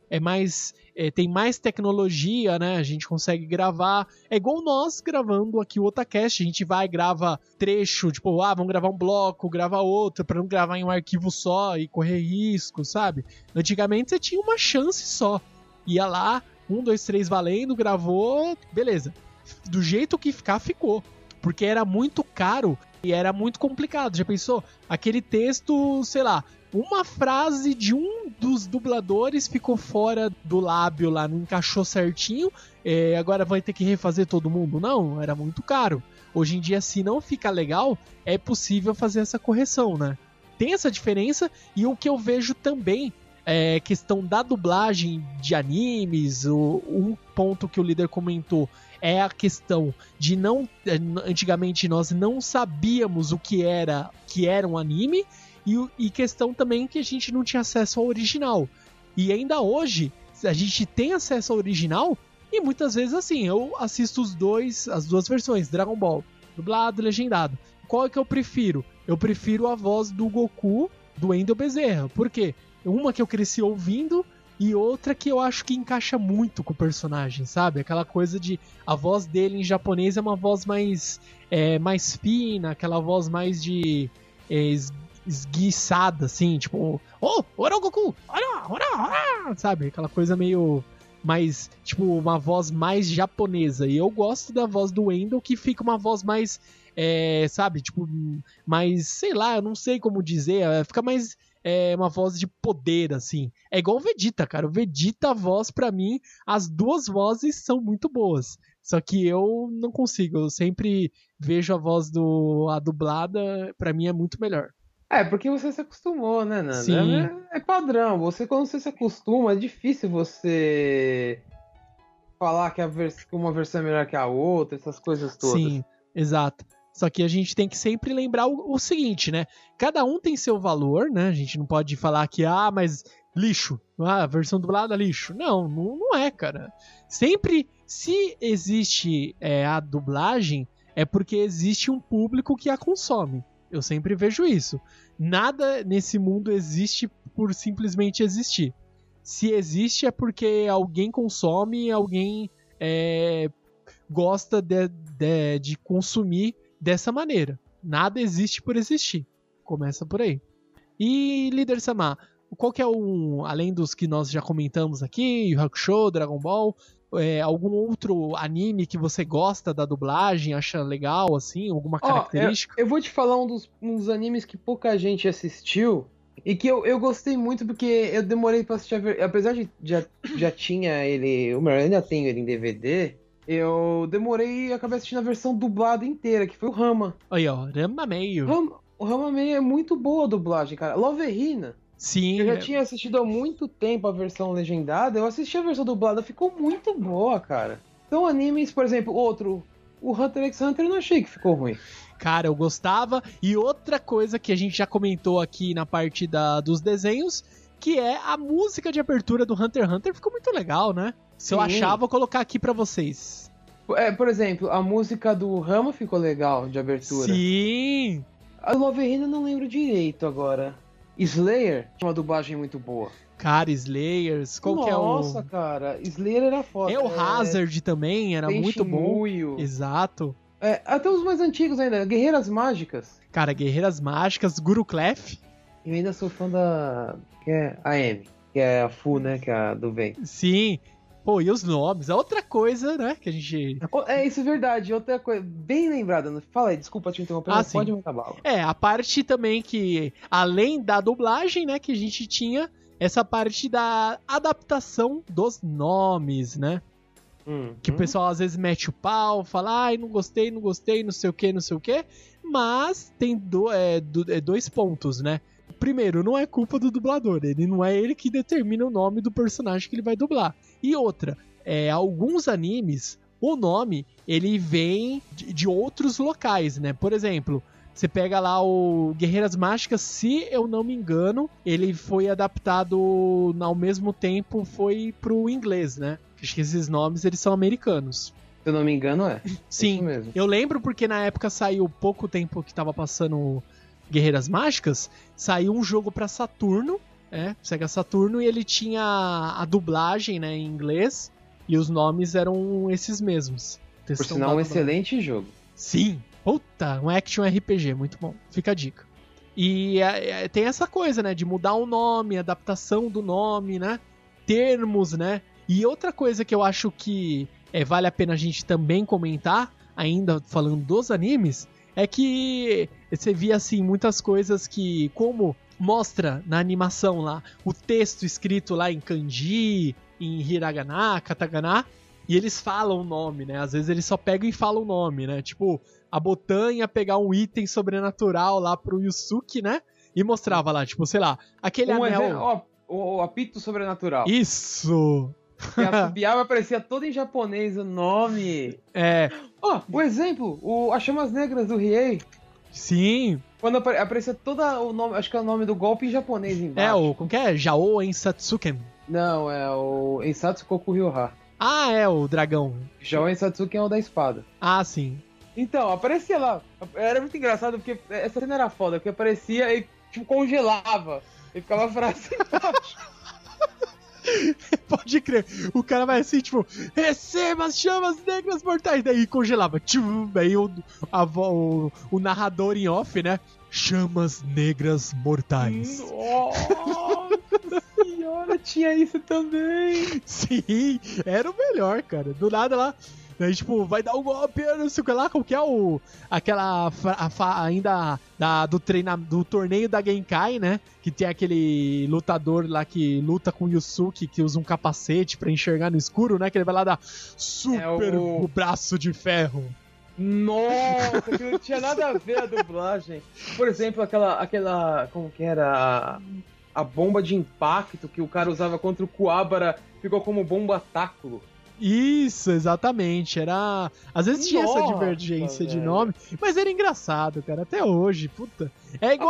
tem mais tecnologia, né? A gente consegue gravar. É igual nós gravando aqui o Otacast. A gente vai, grava trecho, tipo, vamos gravar um bloco, grava outro, pra não gravar em um arquivo só e correr risco, sabe? Antigamente você tinha uma chance só. Ia lá, 1, 2, 3 valendo, gravou, beleza. Do jeito que ficar, ficou. Porque era muito caro e era muito complicado. Já pensou? Aquele texto, sei lá, uma frase de um dos dubladores ficou fora do lábio lá, não encaixou certinho, agora vai ter que refazer todo mundo? Não, era muito caro. Hoje em dia, se não fica legal, é possível fazer essa correção, né? Tem essa diferença, e o que eu vejo também é questão da dublagem de animes. Um ponto que o líder comentou é a questão de antigamente nós não sabíamos o que era um anime, e questão também que a gente não tinha acesso ao original. E ainda hoje, a gente tem acesso ao original, e muitas vezes assim, eu assisto as duas versões, Dragon Ball, dublado e legendado. Qual é que eu prefiro? Eu prefiro a voz do Goku, do Wendel Bezerra. Por quê? Uma que eu cresci ouvindo, e outra que eu acho que encaixa muito com o personagem, sabe? Aquela coisa de... A voz dele em japonês é uma voz mais fina, aquela voz mais de... esguiçada, assim, tipo, ora Goku, ora, sabe? Aquela coisa meio mais, tipo, uma voz mais japonesa. E eu gosto da voz do Wendel, que fica uma voz mais, sabe? Tipo, mais, sei lá, eu não sei como dizer, fica mais uma voz de poder, assim. É igual o Vegeta, cara. O Vegeta, a voz, pra mim, as duas vozes são muito boas. Só que eu não consigo, eu sempre vejo a voz a dublada, pra mim é muito melhor. Porque você se acostumou, né, Nanda? Sim. É padrão. Quando você se acostuma, é difícil você falar que uma versão é melhor que a outra, essas coisas todas. Sim, exato. Só que a gente tem que sempre lembrar o seguinte, né? Cada um tem seu valor, né? A gente não pode falar que, mas lixo. A versão dublada, lixo. Não é, cara. Sempre, se existe a dublagem, é porque existe um público que a consome. Eu sempre vejo isso. Nada nesse mundo existe por simplesmente existir. Se existe é porque alguém consome, alguém gosta de consumir dessa maneira. Nada existe por existir. Começa por aí. E, líder Samar, qual que é além dos que nós já comentamos aqui, Yu Hakusho, Dragon Ball, algum outro anime que você gosta da dublagem, acha legal, assim, alguma característica? Eu vou te falar uns animes que pouca gente assistiu e que eu gostei muito porque eu demorei pra assistir apesar de já tinha ele, eu ainda tenho ele em DVD, eu demorei e acabei assistindo a versão dublada inteira, que foi o Rama. Aí, ó, Rama Meio. O Rama Meio é muito boa a dublagem, cara. Loverina. Sim. Eu já tinha assistido há muito tempo a versão legendada, eu assisti a versão dublada, ficou muito boa, cara. Então, animes, por exemplo, o Hunter x Hunter eu não achei que ficou ruim. Cara, eu gostava. E outra coisa que a gente já comentou aqui na parte dos desenhos, que é a música de abertura do Hunter x Hunter, ficou muito legal, né? Se eu achar, vou colocar aqui pra vocês. Por exemplo, a música do Rama ficou legal de abertura. Sim! A Loverina eu não lembro direito agora. Slayer tinha uma dublagem muito boa. Cara, Slayers, qual que é o... Nossa, cara, Slayer era foda. O Hazard também, era muito bom. Exato. Até os mais antigos ainda, Guerreiras Mágicas. Cara, Guerreiras Mágicas, Guru Clef. Eu ainda sou fã que é a Amy, que é a Fu, né, que é a do vento. Sim. Pô, e os nomes? É outra coisa, né, que a gente... Isso é verdade, outra coisa, bem lembrada. Fala aí, desculpa te interromper, mas pode mandar bala. A parte também que, além da dublagem, né, que a gente tinha essa parte da adaptação dos nomes, né? Que o pessoal às vezes mete o pau, fala, não gostei, não sei o que, mas tem dois pontos, né? Primeiro, não é culpa do dublador, não é ele que determina o nome do personagem que ele vai dublar. E outra, alguns animes, o nome, ele vem de outros locais, né? Por exemplo, você pega lá o Guerreiras Mágicas, se eu não me engano, ele foi adaptado ao mesmo tempo, foi pro inglês, né? Acho que esses nomes, eles são americanos. Se eu não me engano, Sim, isso mesmo. Eu lembro porque na época saiu pouco tempo que tava passando Guerreiras Mágicas, saiu um jogo pra Saturno, Sega Saturno, e ele tinha a dublagem, né, em inglês, e os nomes eram esses mesmos. Por sinal, um excelente jogo. Sim, puta, um action RPG, muito bom, fica a dica. E tem essa coisa, né, de mudar o nome, adaptação do nome, né, termos, né, e outra coisa que eu acho que vale a pena a gente também comentar, ainda falando dos animes, é que você via, assim, muitas coisas que, como mostra na animação lá, o texto escrito lá em kanji, em hiragana, katakana, e eles falam o nome, né? Às vezes eles só pegam e falam o nome, né? Tipo, a Botan ia pegar um item sobrenatural lá pro Yusuke, né? E mostrava lá, tipo, sei lá, aquele anel... O apito sobrenatural. Isso! E assobiava, aparecia todo em japonês o nome. O exemplo, as chamas negras do Riei. Sim. Quando aparecia todo o nome, acho que é o nome do golpe em japonês embaixo. Como que é? Jao Ensatsuken. Não, é o Ensatsu Koku Ryoha. Ah, é o dragão. Jao Ensatsuken é o da espada. Ah, sim. Então, aparecia lá. Era muito engraçado, porque essa cena era foda, porque aparecia e tipo, congelava. E ficava a frase embaixo. Pode crer. O cara vai assim, tipo, receba as chamas negras mortais. Daí congelava. Aí o narrador em off, né? Chamas negras mortais. Nossa senhora, tinha isso também. Sim, era o melhor, cara. Do nada lá. Daí, tipo, vai dar um golpe, não sei o que lá, como que é aquela ainda do torneio da Genkai, né? Que tem aquele lutador lá que luta com o Yusuke, que usa um capacete pra enxergar no escuro, né? Que ele vai lá dar super o braço de ferro. Nossa, que não tinha nada a ver a dublagem. Por exemplo, aquela como que era? A bomba de impacto que o cara usava contra o Kuwabara ficou como bomba táculo. Isso, exatamente. Era. Às vezes tinha essa divergência de nome, mas era engraçado, cara. Até hoje, puta. É igual.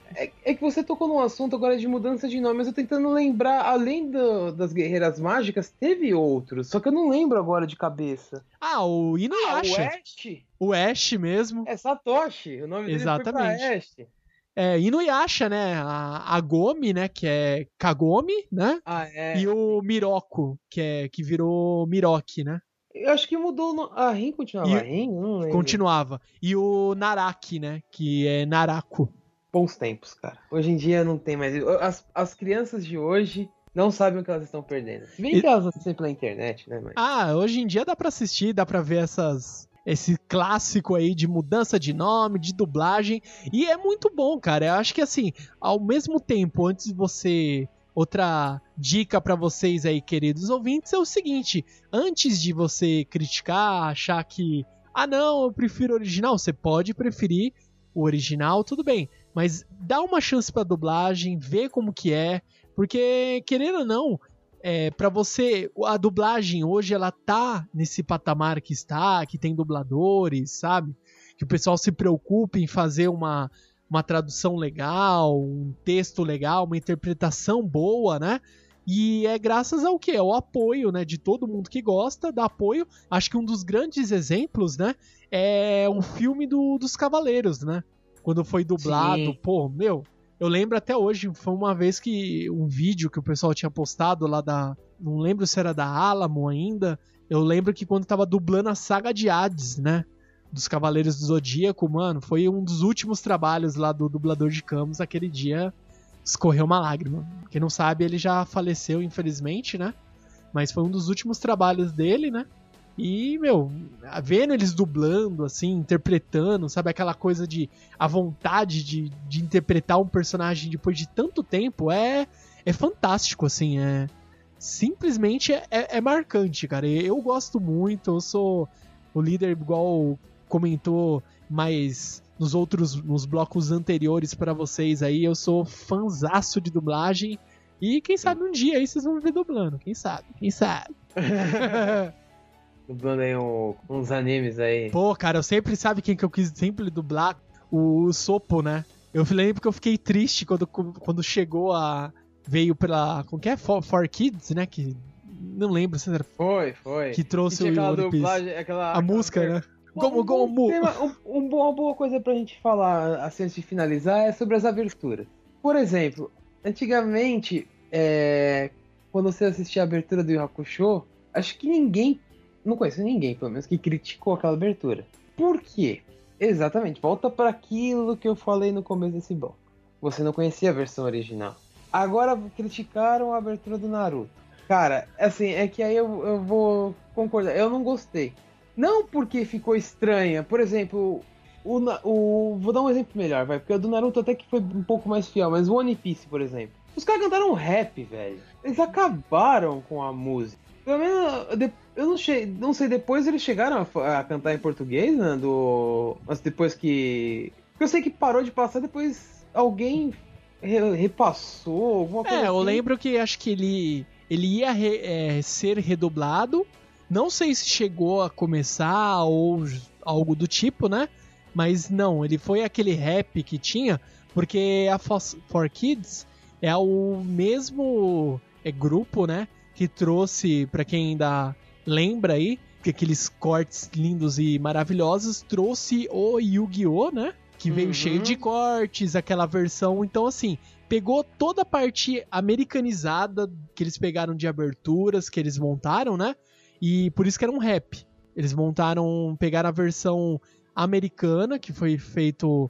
É que você tocou num assunto agora de mudança de nome, mas eu tô tentando lembrar, além das Guerreiras Mágicas, teve outros, só que eu não lembro agora de cabeça. O Inuyasha. O Ash? O Ash mesmo. É Satoshi, o nome dele foi pra Ash. Inuyasha, né? A Gomi, né? Que é Kagome, né? E o Miroko, que virou Miroki, né? Eu acho que mudou. A Rin continuava Rin? Não lembro. Continuava. E o Naraki, né? Que é Naraku. Bons tempos, cara. Hoje em dia não tem mais. As crianças de hoje não sabem o que elas estão perdendo. Se bem que elas assistem pela internet, né? Hoje em dia dá pra assistir, dá pra ver esse clássico aí de mudança de nome, de dublagem, e é muito bom, cara. Eu acho que assim, ao mesmo tempo, antes de você... Outra dica pra vocês aí, queridos ouvintes, é o seguinte: antes de você criticar, achar que não, eu prefiro o original, você pode preferir o original, tudo bem, mas dá uma chance pra dublagem, vê como que é, porque, querendo ou não, pra você, a dublagem hoje, ela tá nesse patamar que está, que tem dubladores, sabe? Que o pessoal se preocupa em fazer uma tradução legal, um texto legal, uma interpretação boa, né? E é graças ao quê? Ao apoio, né? De todo mundo que gosta, dá apoio. Acho que um dos grandes exemplos, né? É um filme dos Cavaleiros, né? Quando foi dublado, sim. Pô, eu lembro até hoje, foi uma vez que um vídeo que o pessoal tinha postado lá não lembro se era da Alamo ainda, eu lembro que quando tava dublando a saga de Hades, né? Dos Cavaleiros do Zodíaco, mano, foi um dos últimos trabalhos lá do dublador de Camus. Aquele dia escorreu uma lágrima. Quem não sabe, ele já faleceu, infelizmente, né? Mas foi um dos últimos trabalhos dele, né? E, vendo eles dublando, assim, interpretando, sabe? Aquela coisa de... A vontade de interpretar um personagem depois de tanto tempo é fantástico, assim. Simplesmente é marcante, cara. Eu gosto muito, eu sou o líder, igual comentou mais nos blocos anteriores pra vocês aí, eu sou fanzaço de dublagem e quem sabe um dia aí vocês vão me ver dublando, quem sabe. Dublando aí uns animes aí. Pô, cara, eu sempre, sabe quem que eu quis sempre dublar? O Sopo, né? Eu lembro que eu fiquei triste quando chegou veio pela... Como que é? For Kids, né? Que... Não lembro se era... Foi. Que trouxe o One Piece. A música, né? Uma boa coisa pra gente falar, assim, antes de finalizar, é sobre as aberturas. Por exemplo, Antigamente, quando você assistia a abertura do Yu Hakusho, acho que não conheço ninguém, pelo menos, que criticou aquela abertura. Por quê? Exatamente, volta para aquilo que eu falei no começo desse bloco. Você não conhecia a versão original. Agora criticaram a abertura do Naruto. Cara, assim, é que aí eu vou concordar. Eu não gostei. Não porque ficou estranha. Por exemplo, vou dar um exemplo melhor, vai. Porque o do Naruto até que foi um pouco mais fiel. Mas o One Piece, por exemplo. Os caras cantaram rap, velho. Eles acabaram com a música. Pelo menos, eu não sei, depois eles chegaram a cantar em português, né? Mas depois que... Eu sei que parou de passar, depois alguém repassou, alguma coisa assim. Eu lembro que acho que ele ia ser redublado. Não sei se chegou a começar ou algo do tipo, né? Mas não, ele foi aquele rap que tinha, porque a 4Kids é o mesmo grupo, né? Que trouxe, pra quem ainda lembra aí, que aqueles cortes lindos e maravilhosos, trouxe o Yu-Gi-Oh!, né? Que veio cheio de cortes, aquela versão. Então, assim, pegou toda a parte americanizada que eles pegaram de aberturas, que eles montaram, né? E por isso que era um rap. Eles pegaram a versão americana, que foi feito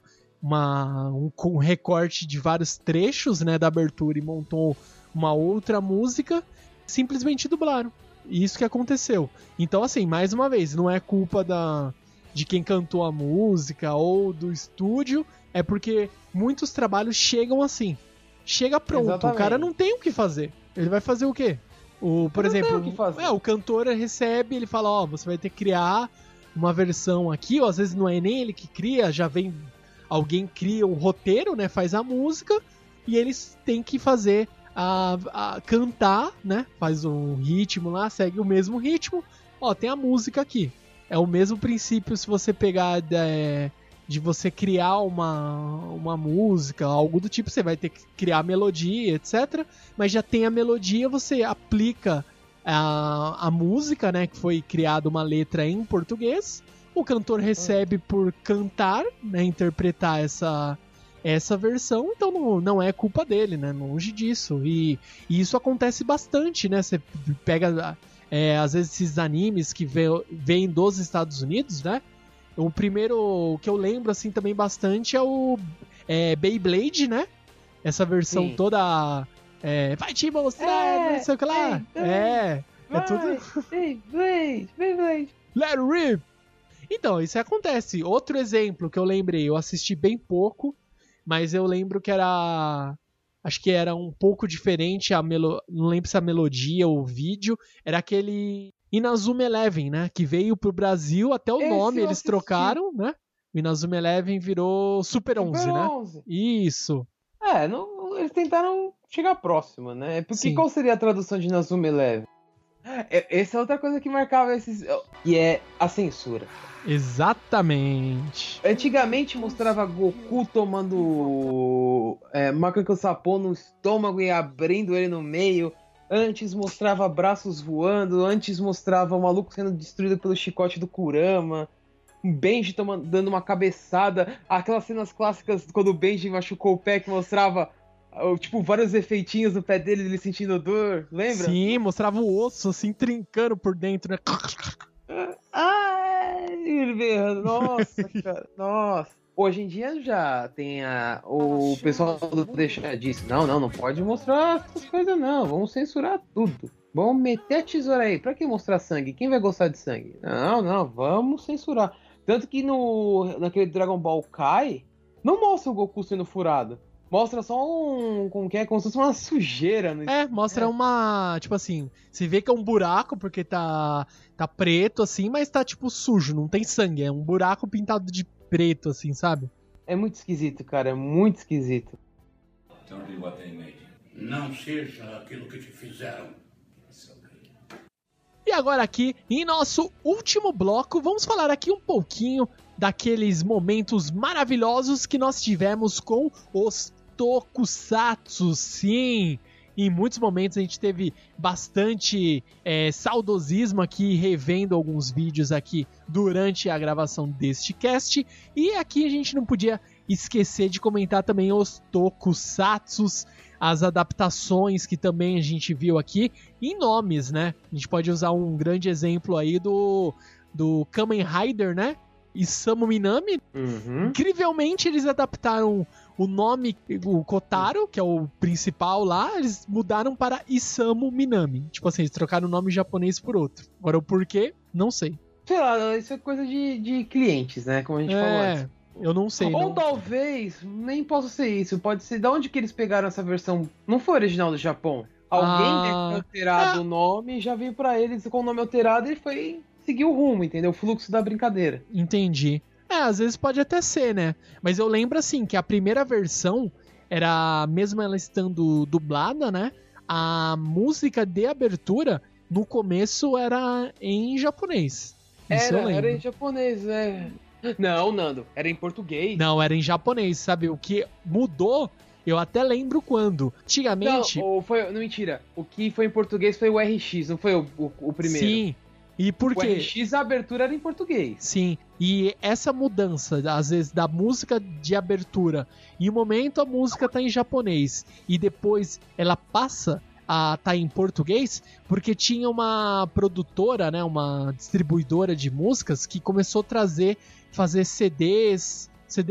um recorte de vários trechos, né, da abertura, e montou uma outra música, simplesmente dublaram. Isso que aconteceu. Então, assim, mais uma vez, não é culpa de quem cantou a música ou do estúdio, é porque muitos trabalhos chegam assim. Chega pronto, exatamente. O cara não tem o que fazer. Ele vai fazer o quê? Por exemplo, o cantor recebe, ele fala, você vai ter que criar uma versão aqui, ou às vezes não é nem ele que cria, já vem, alguém cria um roteiro, né, faz a música, e eles têm que fazer a cantar, né, faz um ritmo lá, segue o mesmo ritmo, tem a música aqui. É o mesmo princípio se você pegar de você criar uma música, algo do tipo, você vai ter que criar a melodia, etc. Mas já tem a melodia, você aplica a música, né, que foi criada uma letra em português, o cantor recebe por cantar, né, interpretar essa versão, então não é culpa dele, né, longe disso. E isso acontece bastante, né, você pega... às vezes esses animes que vêm dos Estados Unidos, né? O primeiro que eu lembro assim também bastante é o Beyblade, né? Essa versão Sim. toda vai te mostrar, não sei o que lá. Tudo Beyblade. Let it rip. Então, isso acontece. Outro exemplo que eu lembrei, eu assisti bem pouco, mas eu lembro que acho que era um pouco diferente, não lembro se a melodia ou o vídeo, era aquele Inazuma Eleven, né? Que veio pro Brasil, até o nome eles trocaram, né? O Inazuma Eleven virou Super 11, né? 11. Isso. Eles tentaram chegar próximo, né? Porque qual seria a tradução de Inazuma Eleven? Essa é outra coisa que marcava esses... E é a censura. Exatamente. Antigamente mostrava Goku tomando macaco sapão no estômago e abrindo ele no meio. Antes mostrava braços voando. Antes mostrava o maluco sendo destruído pelo chicote do Kurama. O Benji dando uma cabeçada. Aquelas cenas clássicas quando o Benji machucou o pé que mostrava... tipo, vários efeitinhos no pé dele, ele sentindo dor, lembra? Sim, mostrava o osso, assim, trincando por dentro, né? Ele berrando, nossa, cara, nossa. Hoje em dia já tem o pessoal deixa disso. Não pode mostrar essas coisas não, vamos censurar tudo. Vamos meter a tesoura aí, pra que mostrar sangue? Quem vai gostar de sangue? Não, vamos censurar. Tanto que naquele Dragon Ball Kai, não mostra o Goku sendo furado. Mostra só como se fosse uma sujeira. Mostra uma... Tipo assim, você vê que é um buraco porque tá preto, assim, mas tá, tipo, sujo, não tem sangue. É um buraco pintado de preto, assim, sabe? É muito esquisito, cara, é muito esquisito. Não seja aquilo que te fizeram. E agora aqui, em nosso último bloco, vamos falar aqui um pouquinho daqueles momentos maravilhosos que nós tivemos com os tokusatsu. Sim, em muitos momentos a gente teve bastante saudosismo aqui, revendo alguns vídeos aqui durante a gravação deste cast, e aqui a gente não podia esquecer de comentar também os tokusatsu as adaptações que também a gente viu aqui em nomes, né? A gente pode usar um grande exemplo aí do Kamen Rider, né? Isamu Minami. Incrivelmente eles adaptaram o nome, o Kotaro, que é o principal lá, eles mudaram para Isamu Minami. Tipo assim, eles trocaram o nome japonês por outro. Agora o porquê, não sei. Sei lá, isso é coisa de clientes, né? Como a gente falou antes. Eu não sei. Ou não. talvez, nem possa ser isso. Pode ser de onde que eles pegaram essa versão. Não foi original do Japão. Alguém deve ter alterado o nome, já veio pra eles com o nome alterado e foi seguir o rumo, entendeu? O fluxo da brincadeira. Entendi. Às vezes pode até ser, né? Mas eu lembro assim que a primeira versão era, mesmo ela estando dublada, né? A música de abertura no começo era em japonês. Isso eu lembro. Era em japonês, né? Não, Nando, era em português. Não, era em japonês, sabe? O que mudou, eu até lembro quando. Antigamente... Não, não, mentira. O que foi em português foi o RX, não foi o primeiro. Sim. E por quê? O RX, a abertura era em português. Sim. E essa mudança, às vezes, da música de abertura, em um momento a música tá em japonês, e depois ela passa a tá em português, porque tinha uma produtora, né, uma distribuidora de músicas que começou a fazer CDs,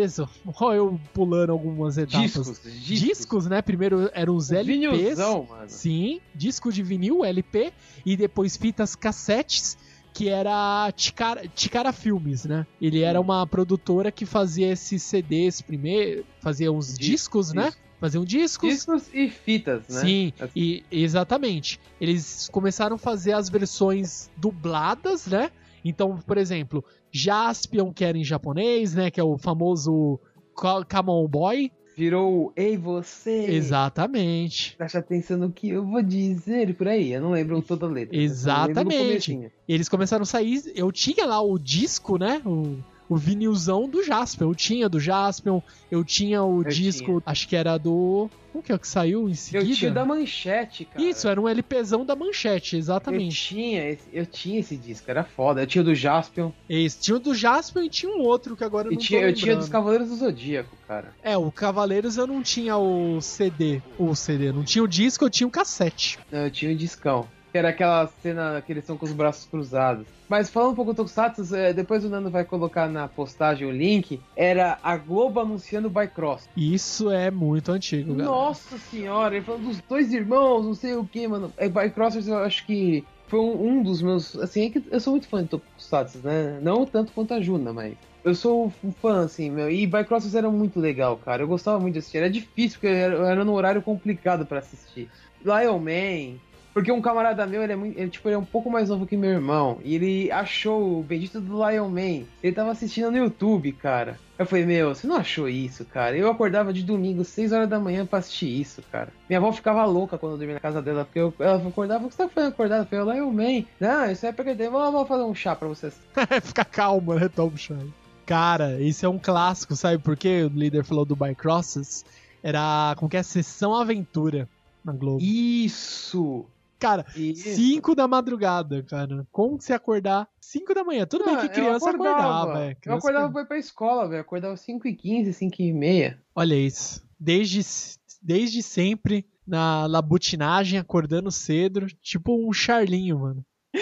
olha eu pulando algumas etapas. Discos, né? Primeiro eram os LPs. Vinilzão, mano. Sim, disco de vinil, LP, e depois fitas cassetes, que era Ticara Filmes, né? Ele era uma produtora que fazia esses CDs primeiro, fazia uns discos, né? Faziam discos e fitas, né? Sim, e exatamente. Eles começaram a fazer as versões dubladas, né? Então, por exemplo, Jaspion, que era em japonês, né? Que é o famoso Camon Boy. Virou Ei Você. Exatamente. Presta atenção no que eu vou dizer por aí. Eu não lembro toda a letra. Exatamente. Eles começaram a sair. Eu tinha lá o disco, né? O vinilzão do Jaspion. Eu tinha do Jaspion. Eu tinha o disco. Acho que era do... Como que é que saiu em seguida? Eu tinha da Manchete, cara. Isso, era um LPzão da Manchete, exatamente. Eu tinha esse disco, era foda. Eu tinha o do Jaspion. Esse, tinha o do Jaspion e tinha um outro que agora eu não tô lembrando. Eu tinha dos Cavaleiros do Zodíaco, cara. O Cavaleiros eu não tinha o CD. Não tinha o disco, eu tinha o cassete. Não, eu tinha o discão. Que era aquela cena que eles estão com os braços cruzados. Mas falando um pouco do Tokusatsu, depois o Nando vai colocar na postagem o link, era a Globo anunciando o Bicross. Isso é muito antigo, galera. Nossa senhora, ele falando dos dois irmãos, não sei o que, mano. Bicrossers eu acho que foi um dos meus... Assim, é que eu sou muito fã de Tokusatsu, né? Não tanto quanto a Juna, mas... Eu sou um fã, assim, meu. E Bicrossers era muito legal, cara. Eu gostava muito de assistir. Era difícil, porque era num horário complicado pra assistir. Lion Man... Porque um camarada meu, ele é um pouco mais novo que meu irmão. E ele achou o bendito do Lion Man. Ele tava assistindo no YouTube, cara. Eu falei, você não achou isso, cara? Eu acordava de domingo, 6 horas da manhã pra assistir isso, cara. Minha avó ficava louca quando eu dormia na casa dela. Porque ela acordava, o que você tá fazendo acordado? Eu falei, Lion Man. Não, isso é porque eu vou fazer um chá pra vocês. Fica calma, né? Toma um chá. Cara, isso é um clássico, sabe por quê? O líder falou do Bicrosses. Era, como que é? Sessão Aventura na Globo. Isso! Cara, 5 da madrugada, cara. Como que você acordar 5 da manhã? Tudo bem que criança acordava, velho. Eu acordava pra ir pra escola, velho. Acordava 5h15, 5h30. Olha isso. Desde sempre, na labutinagem, acordando cedo, tipo um Charlinho, mano.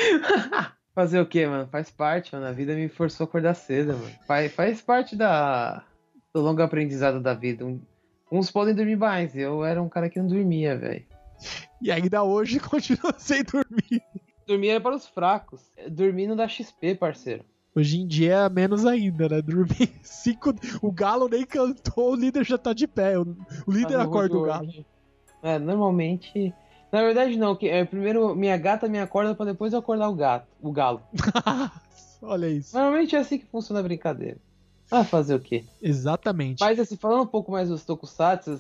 Fazer o quê, mano? Faz parte, mano. A vida me forçou a acordar cedo, mano. Faz parte do longo aprendizado da vida. Uns podem dormir mais. Eu era um cara que não dormia, velho. E ainda hoje continua sem dormir. Dormir era para os fracos. Dormir não dá XP, parceiro. Hoje em dia é menos ainda, né? Dormir 5... O Galo nem cantou, o líder já tá de pé. O líder acorda o Galo. Normalmente... Na verdade não, primeiro minha gata me acorda pra depois eu acordar o Galo. Olha isso. Normalmente é assim que funciona a brincadeira. Fazer o quê? Exatamente. Mas assim, falando um pouco mais dos Tokusatsu,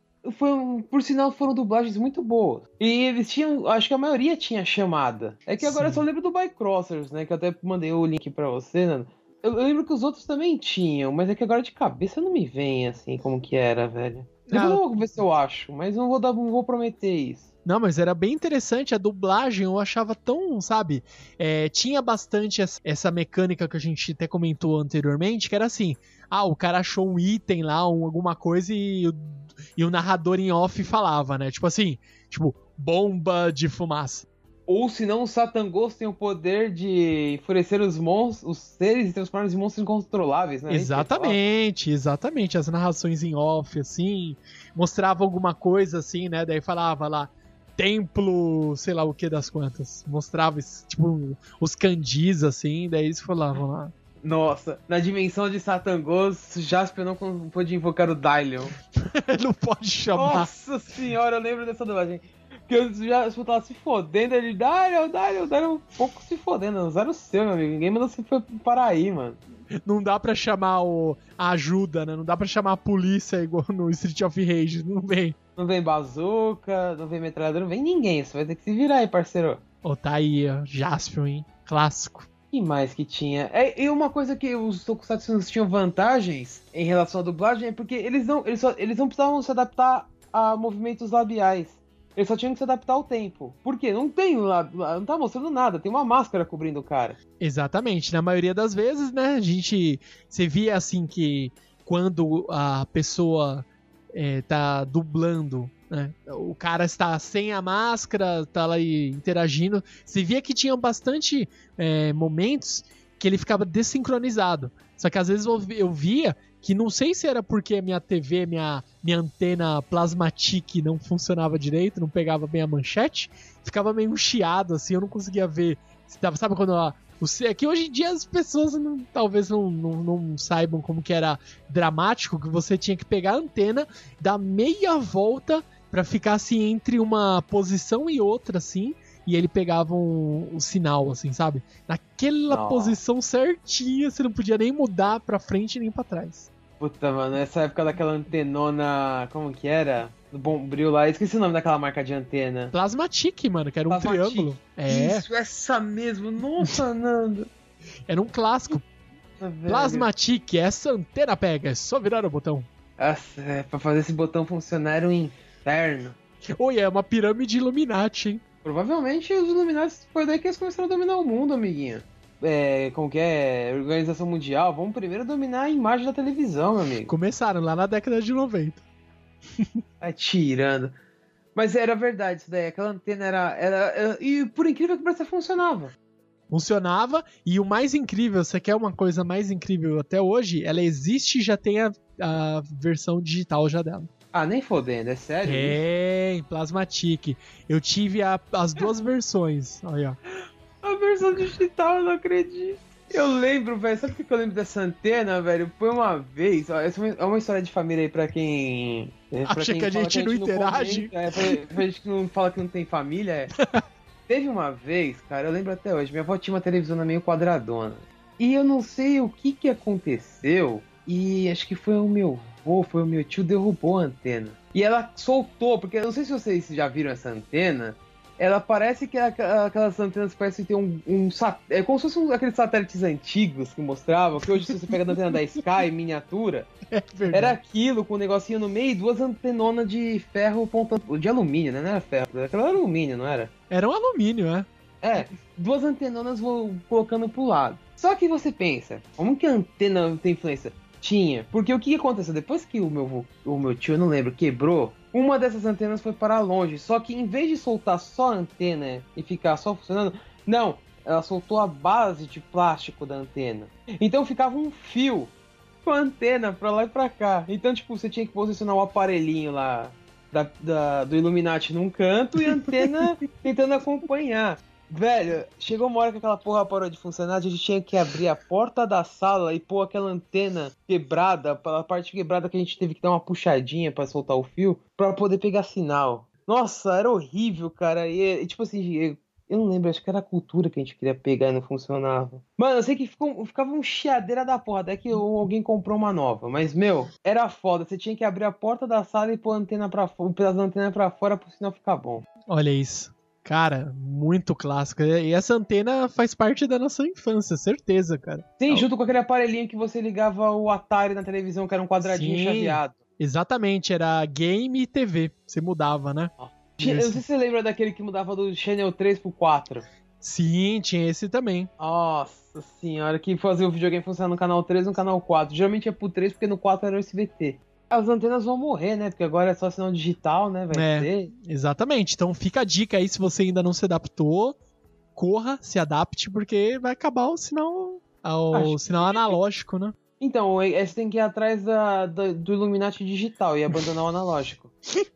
por sinal foram dublagens muito boas. E eles tinham, acho que a maioria tinha chamada. É que agora eu só lembro do Bicrossers, né? Que eu até mandei o link pra você, né? Eu lembro que os outros também tinham, mas é que agora de cabeça não me vem assim como que era, velho. Depois eu vou ver se eu acho, mas não vou prometer isso. Não, mas era bem interessante, a dublagem eu achava tão, sabe, tinha bastante essa mecânica que a gente até comentou anteriormente, que era assim, o cara achou um item lá, alguma coisa e o narrador em off falava, né, tipo assim, bomba de fumaça. Ou senão o Satangos tem o poder de enfurecer os seres e transformar-os em monstros incontroláveis, né? Exatamente, as narrações em off, assim, mostrava alguma coisa assim, né, daí falava lá, templo, sei lá o que das quantas. Mostrava, tipo, os kanjis, assim, daí eles falavam lá. Nossa, na dimensão de Satangos, Jasper não pôde invocar o Dylion. Não pode chamar. Nossa senhora, eu lembro dessa dublagem. Que eu já tava se fodendo, ele, Dylion, um pouco se fodendo, não era o seu, meu amigo. Ninguém mandou você parar aí, mano. Não dá pra chamar a ajuda, né? Não dá pra chamar a polícia igual no Street of Rage, não vem. Não vem bazuca, não vem metralhadora, não vem ninguém, você vai ter que se virar aí, parceiro. Tá aí, ó, Jaspion, hein? Clássico. E mais que tinha? E uma coisa que os tokusatsu tinham vantagens em relação à dublagem é porque eles não precisavam se adaptar a movimentos labiais. Eles só tinham que se adaptar ao tempo. Por quê? Não tá mostrando nada, tem uma máscara cobrindo o cara. Exatamente. Na maioria das vezes, né, você via assim que quando a pessoa tá dublando, né, o cara está sem a máscara, tá lá interagindo, você via que tinha bastante momentos que ele ficava desincronizado. Só que às vezes eu via que não sei se era porque a minha TV, minha antena Plasmatic não funcionava direito, não pegava bem a manchete, ficava meio chiado, assim, eu não conseguia ver. Sabe quando é que hoje em dia as pessoas talvez não saibam como que era dramático, que você tinha que pegar a antena, dar meia volta pra ficar assim entre uma posição e outra, assim, e ele pegava um sinal, assim, sabe? Naquela posição certinha, você não podia nem mudar pra frente nem pra trás. Puta, mano, essa época daquela antenona, como que era? Do Bombril lá, esqueci o nome daquela marca de antena. Plasmatic, mano, que era um triângulo. Isso, essa mesmo, nossa, Nando. Era um clássico. Plasmatic, essa antena pega, é só virar o botão. Nossa, pra fazer esse botão funcionar era um inferno. Oi, é uma pirâmide Illuminati, hein? Provavelmente os Illuminati foi daí que eles começaram a dominar o mundo, amiguinho. Como que é? Organização Mundial. Vamos primeiro dominar a imagem da televisão, meu amigo. Começaram lá na década de 90. Tirando. Mas era verdade isso daí. Aquela antena era e por incrível que pareça, funcionava. Funcionava, e o mais incrível, você quer uma coisa mais incrível até hoje? Ela existe e já tem a versão digital já dela. Nem fodendo, é sério? Em Plasmatic. Eu tive as duas versões. Olha. A versão digital, eu não acredito. Eu lembro, velho. Sabe o que eu lembro dessa antena, velho? Foi uma vez. Ó, essa é uma história de família aí pra quem. Acha que a gente não interage? Pra gente que não fala que não tem família. Teve uma vez, cara, eu lembro até hoje. Minha avó tinha uma televisão meio quadradona. E eu não sei o que aconteceu. E acho que foi o meu tio derrubou a antena. E ela soltou, porque eu não sei se vocês já viram essa antena. Ela parece que aquelas antenas parecem ter é como se fosse aqueles satélites antigos que mostravam, que hoje se você pega a antena da Sky, miniatura, era aquilo com um negocinho no meio e duas antenonas de ferro de alumínio, né? Não era ferro, aquela era alumínio, não era? Era um alumínio, duas antenonas colocando pro lado. Só que você pensa, como que a antena tem influência? Tinha, porque o que aconteceu? Depois que o meu tio, eu não lembro, quebrou, uma dessas antenas foi para longe. Só que em vez de soltar só a antena e ficar só funcionando, não, ela soltou a base de plástico da antena. Então ficava um fio com a antena pra lá e pra cá. Então, tipo, você tinha que posicionar o aparelhinho lá do Illuminati num canto e a antena tentando acompanhar. Velho, chegou uma hora que aquela porra parou de funcionar, a gente tinha que abrir a porta da sala e pôr aquela antena quebrada, pela parte quebrada que a gente teve que dar uma puxadinha pra soltar o fio, pra poder pegar sinal. Nossa, era horrível, cara. E tipo assim, eu não lembro, acho que era a cultura que a gente queria pegar e não funcionava. Mano, eu sei que ficava um chiadeira da porra, até que alguém comprou uma nova. Mas, meu, era foda. Você tinha que abrir a porta da sala e pôr a antena um pedaço da antena pra fora pro sinal ficar bom. Olha isso. Cara, muito clássico. E essa antena faz parte da nossa infância, certeza, cara. Sim, junto com aquele aparelhinho que você ligava o Atari na televisão, que era um quadradinho chaveado. Exatamente, era game e TV. Você mudava, né? Eu não sei se você lembra daquele que mudava do Channel 3 pro 4. Sim, tinha esse também. Nossa senhora, que fazia o videogame funcionar no canal 3 e no canal 4. Geralmente é pro 3 porque no 4 era o SBT. As antenas vão morrer, né? Porque agora é só sinal digital, né? Vai ser. Exatamente. Então fica a dica aí, se você ainda não se adaptou, corra, se adapte, porque vai acabar o sinal, sinal analógico, né? Então, você tem que ir atrás do Illuminati digital e abandonar o analógico.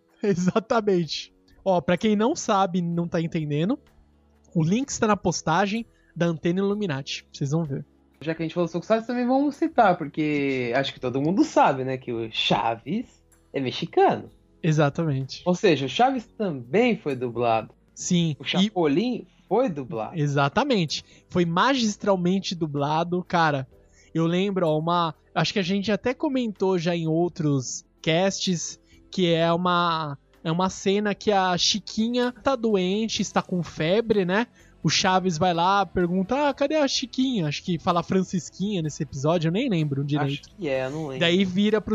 Exatamente. Ó, pra quem não sabe, não tá entendendo, o link está na postagem da Antena Illuminati. Vocês vão ver. Já que a gente falou Tokusatsu, também vamos citar, porque acho que todo mundo sabe, né? Que o Chaves é mexicano. Exatamente. Ou seja, o Chaves também foi dublado. Sim. O Chapolin foi dublado. Exatamente. Foi magistralmente dublado. Cara, eu lembro, acho que a gente até comentou já em outros casts, que é uma cena que a Chiquinha tá doente, está com febre, né? O Chaves vai lá, pergunta, cadê a Chiquinha? Acho que fala Francisquinha nesse episódio, eu nem lembro direito. Acho que não lembro. Daí vira pro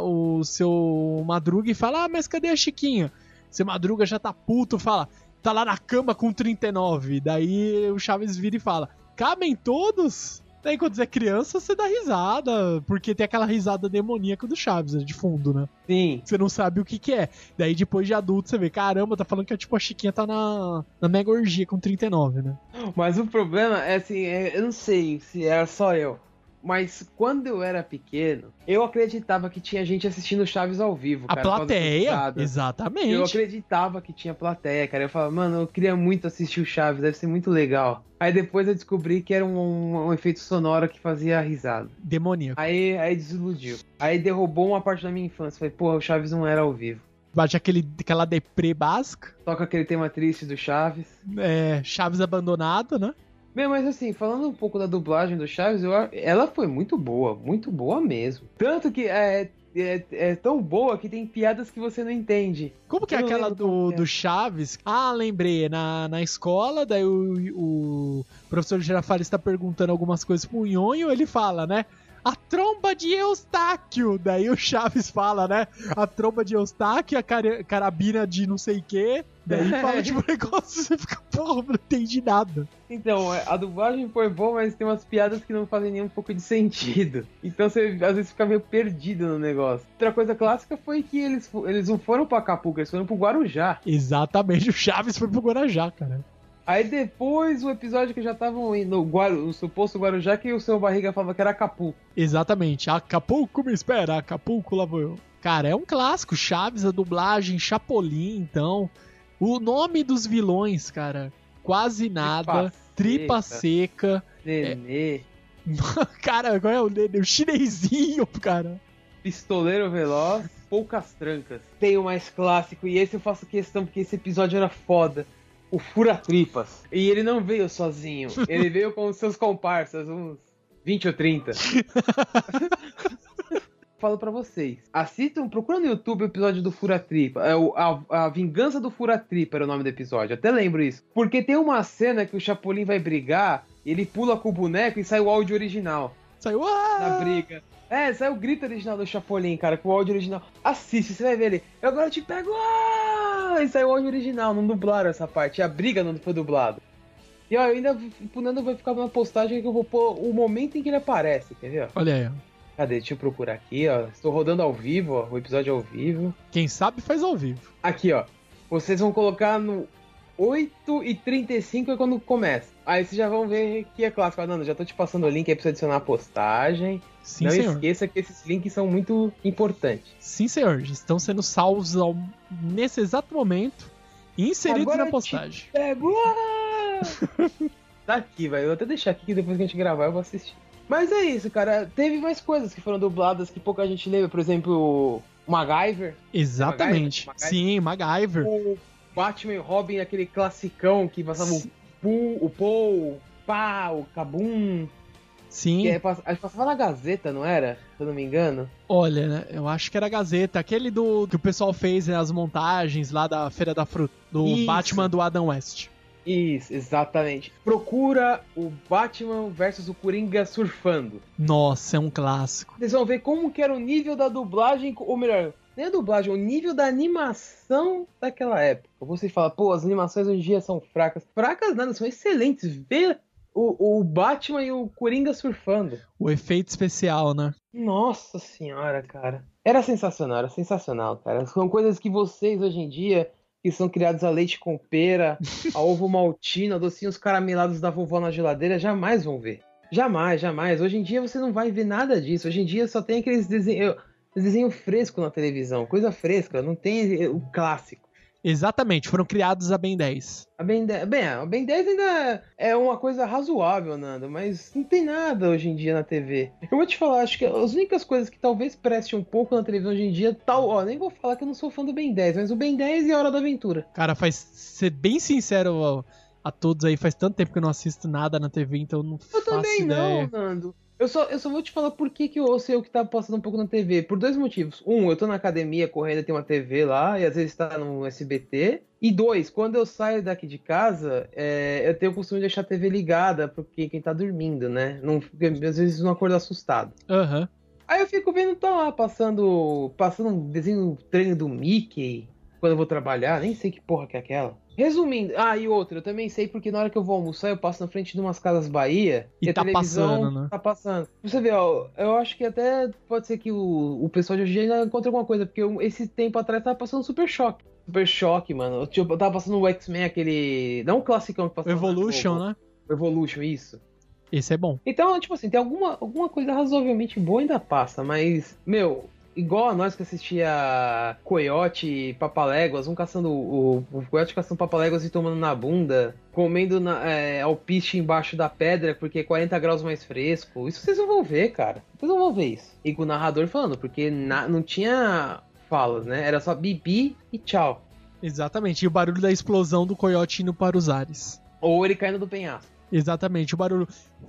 o seu Madruga e fala, mas cadê a Chiquinha? Seu Madruga já tá puto, fala, tá lá na cama com 39. Daí o Chaves vira e fala, cabem todos? Daí quando você é criança, você dá risada, porque tem aquela risada demoníaca do Chaves, de fundo, né? Sim. Você não sabe o que é. Daí depois de adulto você vê, caramba, tá falando que tipo, a Chiquinha tá na mega orgia com 39, né? Mas o problema é assim, eu não sei se era só eu, mas quando eu era pequeno, eu acreditava que tinha gente assistindo Chaves ao vivo, cara. A plateia, exatamente. Eu acreditava que tinha plateia, cara. Eu falava, mano, eu queria muito assistir o Chaves, deve ser muito legal. Aí depois eu descobri que era um efeito sonoro que fazia risada. Demoníaco. Aí desiludiu. Aí derrubou uma parte da minha infância. Falei, porra, o Chaves não era ao vivo. Bate aquela deprê básica. Toca aquele tema triste do Chaves. Chaves abandonado, né? Bem, mas assim, falando um pouco da dublagem do Chaves, ela foi muito boa mesmo. Tanto que é tão boa que tem piadas que você não entende. Como que é aquela do Chaves? Ah, lembrei, na escola, daí o professor Girafales está perguntando algumas coisas pro Nhonho, ele fala, né? A tromba de Eustáquio! Daí o Chaves fala, né? A tromba de Eustáquio, a carabina de não sei o quê. Daí fala tipo negócio, você fica, porra, não entendi nada. Então, a dublagem foi boa, mas tem umas piadas que não fazem nem um pouco de sentido. Então você às vezes fica meio perdido no negócio. Outra coisa clássica foi que eles não foram pra Acapulco, eles foram pro Guarujá. Exatamente, o Chaves foi pro Guarujá, cara. Aí depois o episódio que já estavam no suposto Guarujá, que o seu Barriga falava que era Acapulco. Exatamente, Acapulco me espera, Acapulco lá vou eu. Cara, é um clássico, Chaves, a dublagem, Chapolin, então. O nome dos vilões, cara, quase nada, Tripa Seca. Nenê. Cara, qual é o Nenê? O chinesinho, cara. Pistoleiro Veloz, Poucas Trancas. Tem o mais clássico, e esse eu faço questão porque esse episódio era foda. O Fura-Tripas. E ele não veio sozinho. Ele veio com os seus comparsas, uns 20 ou 30. Falo pra vocês. Assistam, procura no YouTube o episódio do Fura-Tripa. A Vingança do Fura-Tripa era o nome do episódio. Até lembro isso. Porque tem uma cena que o Chapolin vai brigar, ele pula com o boneco e sai o áudio original. Saiu na briga. Sai o grito original do Chapolin, cara, com o áudio original. Assiste, você vai ver ele. Eu agora te pego! E saiu o áudio original, não dublaram essa parte. A briga não foi dublado. E ó, eu ainda, o Nando vai ficar numa postagem que eu vou pôr o momento em que ele aparece, quer ver? Olha aí, ó. Cadê? Deixa eu procurar aqui, ó. Estou rodando ao vivo, ó. O episódio ao vivo. Quem sabe faz ao vivo. Aqui, ó. Vocês vão colocar no 8h35 é quando começa. Aí vocês já vão ver que é clássico. Ah, Nando, já tô te passando o link aí pra você adicionar a postagem. Sim, não senhor. Esqueça que esses links são muito importantes. Sim, senhor. Estão sendo salvos nesse exato momento e inseridos Agora na postagem. Tá aqui, vai. Eu vou até deixar aqui que depois que a gente gravar eu vou assistir. Mas é isso, cara. Teve mais coisas que foram dubladas que pouca gente lembra. Por exemplo, o MacGyver. Exatamente. MacGyver. Sim, MacGyver. O Batman e Robin, aquele classicão que passava o Paul, o Kabum. Sim. Que passava na Gazeta, não era? Se eu não me engano. Olha, né? Eu acho que era a Gazeta. Aquele que o pessoal fez, né, as montagens lá da Feira da Fruta. Do isso. Batman do Adam West. Isso, exatamente. Procura o Batman versus o Coringa surfando. Nossa, é um clássico. Vocês vão ver como que era o nível da dublagem, ou melhor, nem a dublagem, o nível da animação daquela época. Você fala, pô, as animações hoje em dia são fracas. Fracas nada, são excelentes. Vê o Batman e o Coringa surfando. O efeito especial, né? Nossa senhora, cara. Era sensacional, cara. São coisas que vocês hoje em dia, que são criados a leite com pera, a ovo maltino, a docinhos caramelados da vovó na geladeira, jamais vão ver. Jamais. Hoje em dia você não vai ver nada disso. Hoje em dia só tem aqueles desenho fresco na televisão, coisa fresca, não tem o clássico. Exatamente, foram criados a Ben 10. A Ben 10 ainda é uma coisa razoável, Nando, mas não tem nada hoje em dia na TV. Eu vou te falar, acho que as únicas coisas que talvez prestem um pouco na televisão hoje em dia, nem vou falar que eu não sou fã do Ben 10, mas o Ben 10 e a Hora da Aventura. Cara, ser bem sincero a todos aí, faz tanto tempo que eu não assisto nada na TV, então eu não faço ideia. Eu também não, Nando. Eu só vou te falar por que eu sei o que tá passando um pouco na TV. Por 2 motivos. 1, eu tô na academia correndo, tem uma TV lá, e às vezes tá no SBT. E 2, quando eu saio daqui de casa, eu tenho o costume de deixar a TV ligada, porque quem tá dormindo, né? Às vezes não acorda assustado. Aham. Aí eu fico vendo, tá lá, passando um desenho, treino do Mickey, quando eu vou trabalhar, nem sei que porra que é aquela. Resumindo, e outra, eu também sei porque na hora que eu vou almoçar, eu passo na frente de umas casas Bahia e a tá televisão passando, né? Tá passando. Você vê, eu acho que até pode ser que o pessoal de hoje em dia ainda encontre alguma coisa, porque esse tempo atrás tava passando Super Choque. Super Choque, mano. Eu tava passando o X-Men, aquele... Não o classicão que passava. O Evolution, né? O Evolution, isso. Esse é bom. Então, tipo assim, tem alguma coisa razoavelmente boa ainda passa, mas, meu... Igual a nós que assistia Coyote e Papaléguas, caçando o Coyote caçando Papaléguas e tomando na bunda, comendo alpiste embaixo da pedra porque é 40 graus mais fresco. Isso vocês não vão ver, cara. Vocês não vão ver isso. E com o narrador falando, porque não tinha falas, né? Era só bibi e tchau. Exatamente. E o barulho da explosão do Coyote indo para os ares. Ou ele caindo do penhasco. Exatamente. O barulho...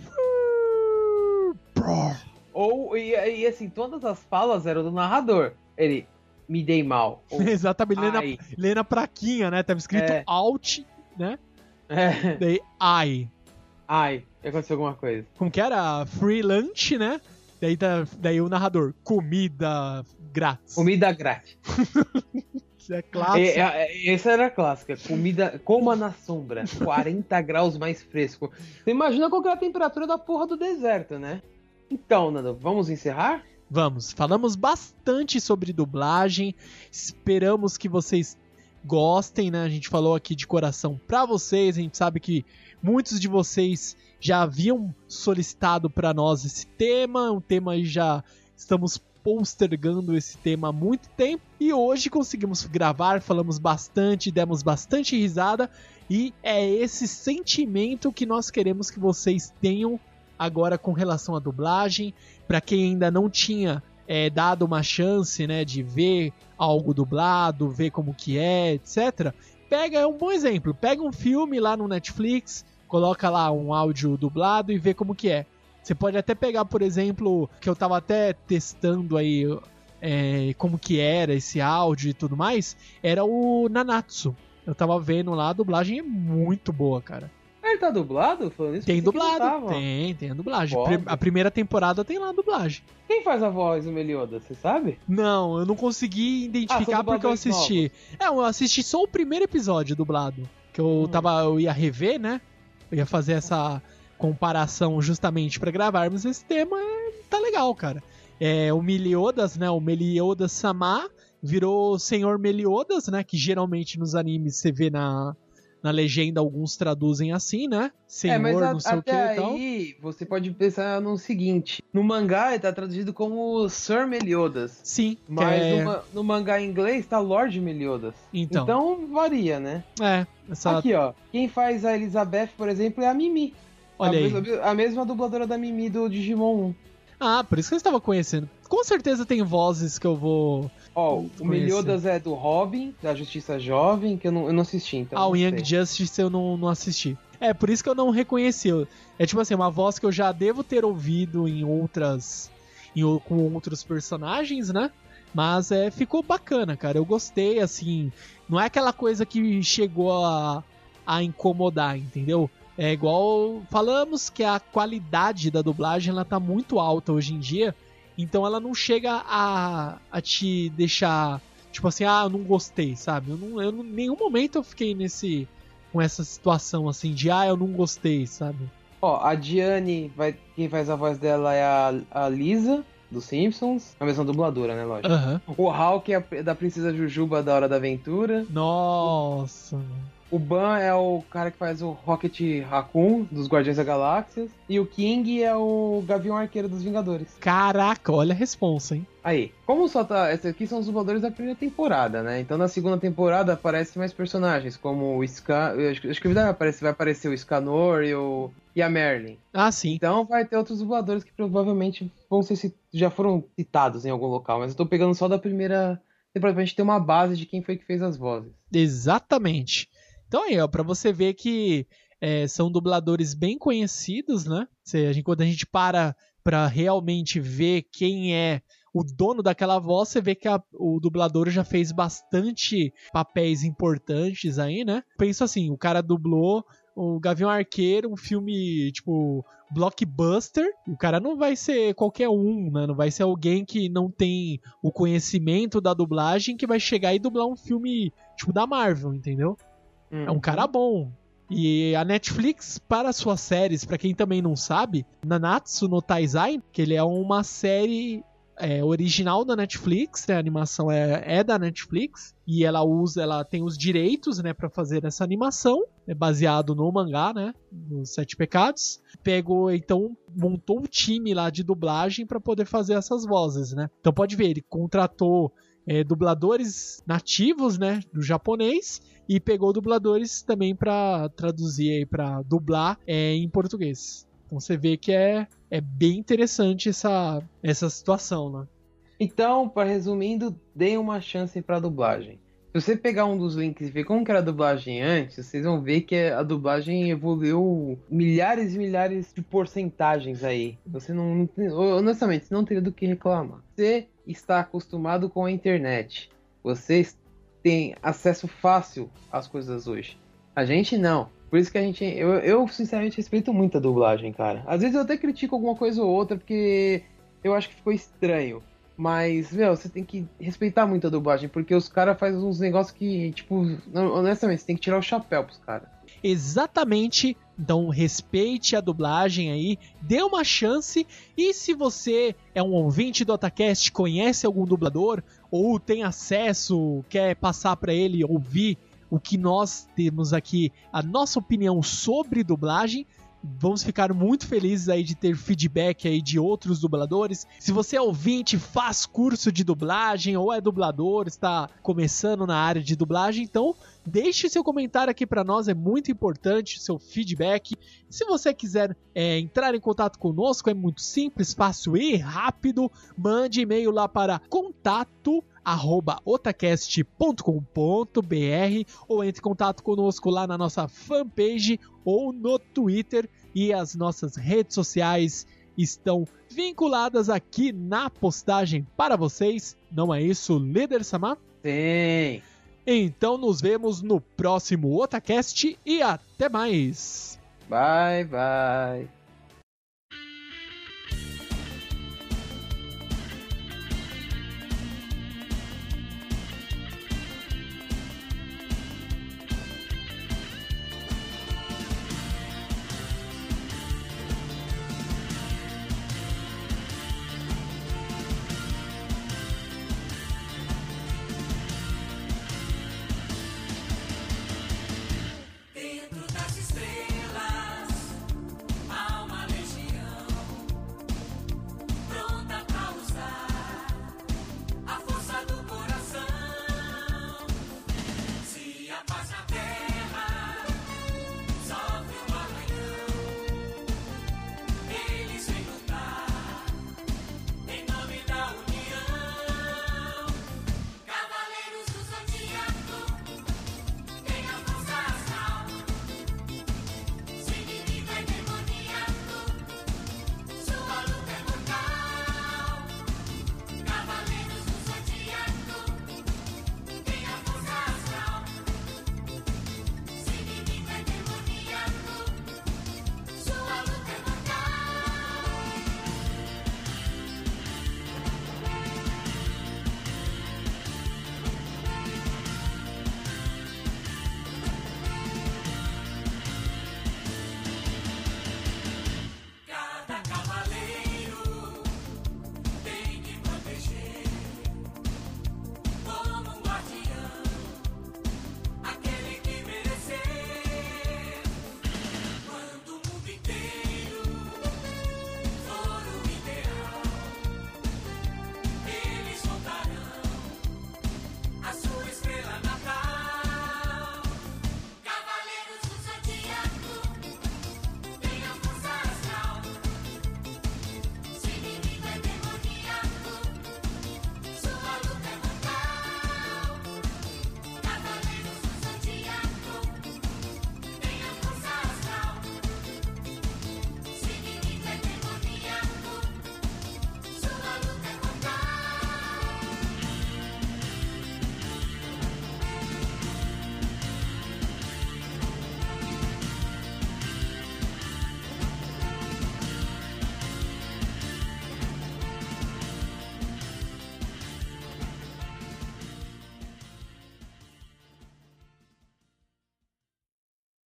E assim, todas as falas eram do narrador. Ele, me dei mal. Ou, exatamente, lê na plaquinha, né? Tava escrito Alt, né? Daí, ai, aconteceu alguma coisa. Como que era? Free lunch, né? Daí o narrador, comida grátis. Comida grátis. Isso é clássico. Essa era a clássica. Comida, coma na sombra. 40 graus mais fresco. Você imagina qual que é a temperatura da porra do deserto, né? Então, Nando, vamos encerrar? Vamos. Falamos bastante sobre dublagem. Esperamos que vocês gostem, né? A gente falou aqui de coração pra vocês. A gente sabe que muitos de vocês já haviam solicitado pra nós esse tema. Um tema aí já estamos postergando esse tema há muito tempo. E hoje conseguimos gravar, falamos bastante, demos bastante risada. E é esse sentimento que nós queremos que vocês tenham agora com relação à dublagem. Para quem ainda não tinha dado uma chance, né, de ver algo dublado, ver como que é, etc. É um bom exemplo. Pega um filme lá no Netflix, coloca lá um áudio dublado e vê como que é. Você pode até pegar, por exemplo, que eu tava até testando aí como que era esse áudio e tudo mais, era o Nanatsu. Eu tava vendo lá, a dublagem é muito boa, cara. Ele tá dublado? Falando isso, tem dublado, tem a dublagem. A primeira temporada tem lá a dublagem. Quem faz a voz do Meliodas, você sabe? Não, eu não consegui identificar porque eu assisti. Eu assisti só o primeiro episódio dublado. Que eu ia rever, né? Eu ia fazer essa comparação justamente pra gravarmos esse tema. Tá legal, cara. O Meliodas, né? O Meliodas-sama virou Senhor Meliodas, né? Que geralmente nos animes você vê na legenda, alguns traduzem assim, né? Senhor, mas não sei o que e tal. Aí você pode pensar no seguinte: no mangá ele tá traduzido como Sir Meliodas. Sim. Mas no mangá em inglês tá Lord Meliodas. Então varia, né? Aqui, ó. Quem faz a Elizabeth, por exemplo, é a Mimi. Olha aí. A mesma dubladora da Mimi do Digimon 1. Ah, por isso que eu estava conhecendo. Com certeza tem vozes que eu vou... o Meliodas é do Robin, da Justiça Jovem, que eu não assisti, então. O Young Justice eu não assisti. Por isso que eu não reconheci. É tipo assim, uma voz que eu já devo ter ouvido com outros personagens, né? Mas ficou bacana, cara. Eu gostei, assim. Não é aquela coisa que chegou a incomodar, entendeu? É igual falamos que a qualidade da dublagem ela tá muito alta hoje em dia. Então ela não chega a te deixar, tipo assim, eu não gostei, sabe? Em nenhum momento eu fiquei com essa situação assim de, eu não gostei, sabe? Ó, a Diane, quem faz a voz dela é a Lisa, dos Simpsons. A mesma dubladora, né, lógico. Aham. O Hulk é da Princesa Jujuba da Hora da Aventura. Nossa. O Ban é o cara que faz o Rocket Raccoon, dos Guardiões da Galáxia. E o King é o Gavião Arqueiro dos Vingadores. Caraca, olha a responsa, hein? Aí, como só tá... Esses aqui são os dubladores da primeira temporada, né? Então na segunda temporada aparecem mais personagens, como o Ska... Acho que vai aparecer o Scanor e a Merlin. Ah, sim. Então vai ter outros dubladores que provavelmente já foram citados em algum local. Mas eu tô pegando só da primeira temporada pra gente ter uma base de quem foi que fez as vozes. Exatamente. Então aí, ó, pra você ver que são dubladores bem conhecidos, né? Quando a gente para pra realmente ver quem é o dono daquela voz, você vê que o dublador já fez bastante papéis importantes aí, né? Pensa assim, o cara dublou o Gavião Arqueiro, um filme, tipo, blockbuster. O cara não vai ser qualquer um, né? Não vai ser alguém que não tem o conhecimento da dublagem que vai chegar e dublar um filme, tipo, da Marvel, entendeu? É um cara bom. E a Netflix, para suas séries, para quem também não sabe, Nanatsu no Taizai, que ele é uma série original da Netflix, né? A animação é da Netflix, e ela tem os direitos, né, para fazer essa animação, baseado no mangá, né, dos Sete Pecados. Montou um time lá de dublagem para poder fazer essas vozes, né? Então pode ver, ele contratou dubladores nativos, né, do japonês, e pegou dubladores também para traduzir aí, para dublar em português. Então você vê que é bem interessante essa situação, né? Então, resumindo, dê uma chance pra dublagem. Se você pegar um dos links e ver como que era a dublagem antes, vocês vão ver que a dublagem evoluiu milhares e milhares de porcentagens aí. Você honestamente, você não teria do que reclamar. Você está acostumado com a internet. Você tem acesso fácil às coisas hoje. A gente não. Por isso que eu sinceramente respeito muito a dublagem, cara. Às vezes eu até critico alguma coisa ou outra, porque eu acho que ficou estranho. Mas, você tem que respeitar muito a dublagem, porque os caras fazem uns negócios que, tipo, honestamente, você tem que tirar o chapéu pros caras. Exatamente. Então respeite a dublagem aí, dê uma chance, e se você é um ouvinte do Otacast, conhece algum dublador, ou tem acesso, quer passar para ele ouvir o que nós temos aqui, a nossa opinião sobre dublagem, vamos ficar muito felizes aí de ter feedback aí de outros dubladores. Se você é ouvinte, faz curso de dublagem ou é dublador, está começando na área de dublagem, então deixe seu comentário aqui para nós, é muito importante seu feedback. Se você quiser entrar em contato conosco, é muito simples, fácil e rápido. Mande e-mail lá para contato@otacast.com.br ou entre em contato conosco lá na nossa fanpage ou no Twitter, e as nossas redes sociais estão vinculadas aqui na postagem para vocês. Não é isso, líder Samar? Sim. Então nos vemos no próximo Otacast e até mais. Bye, bye.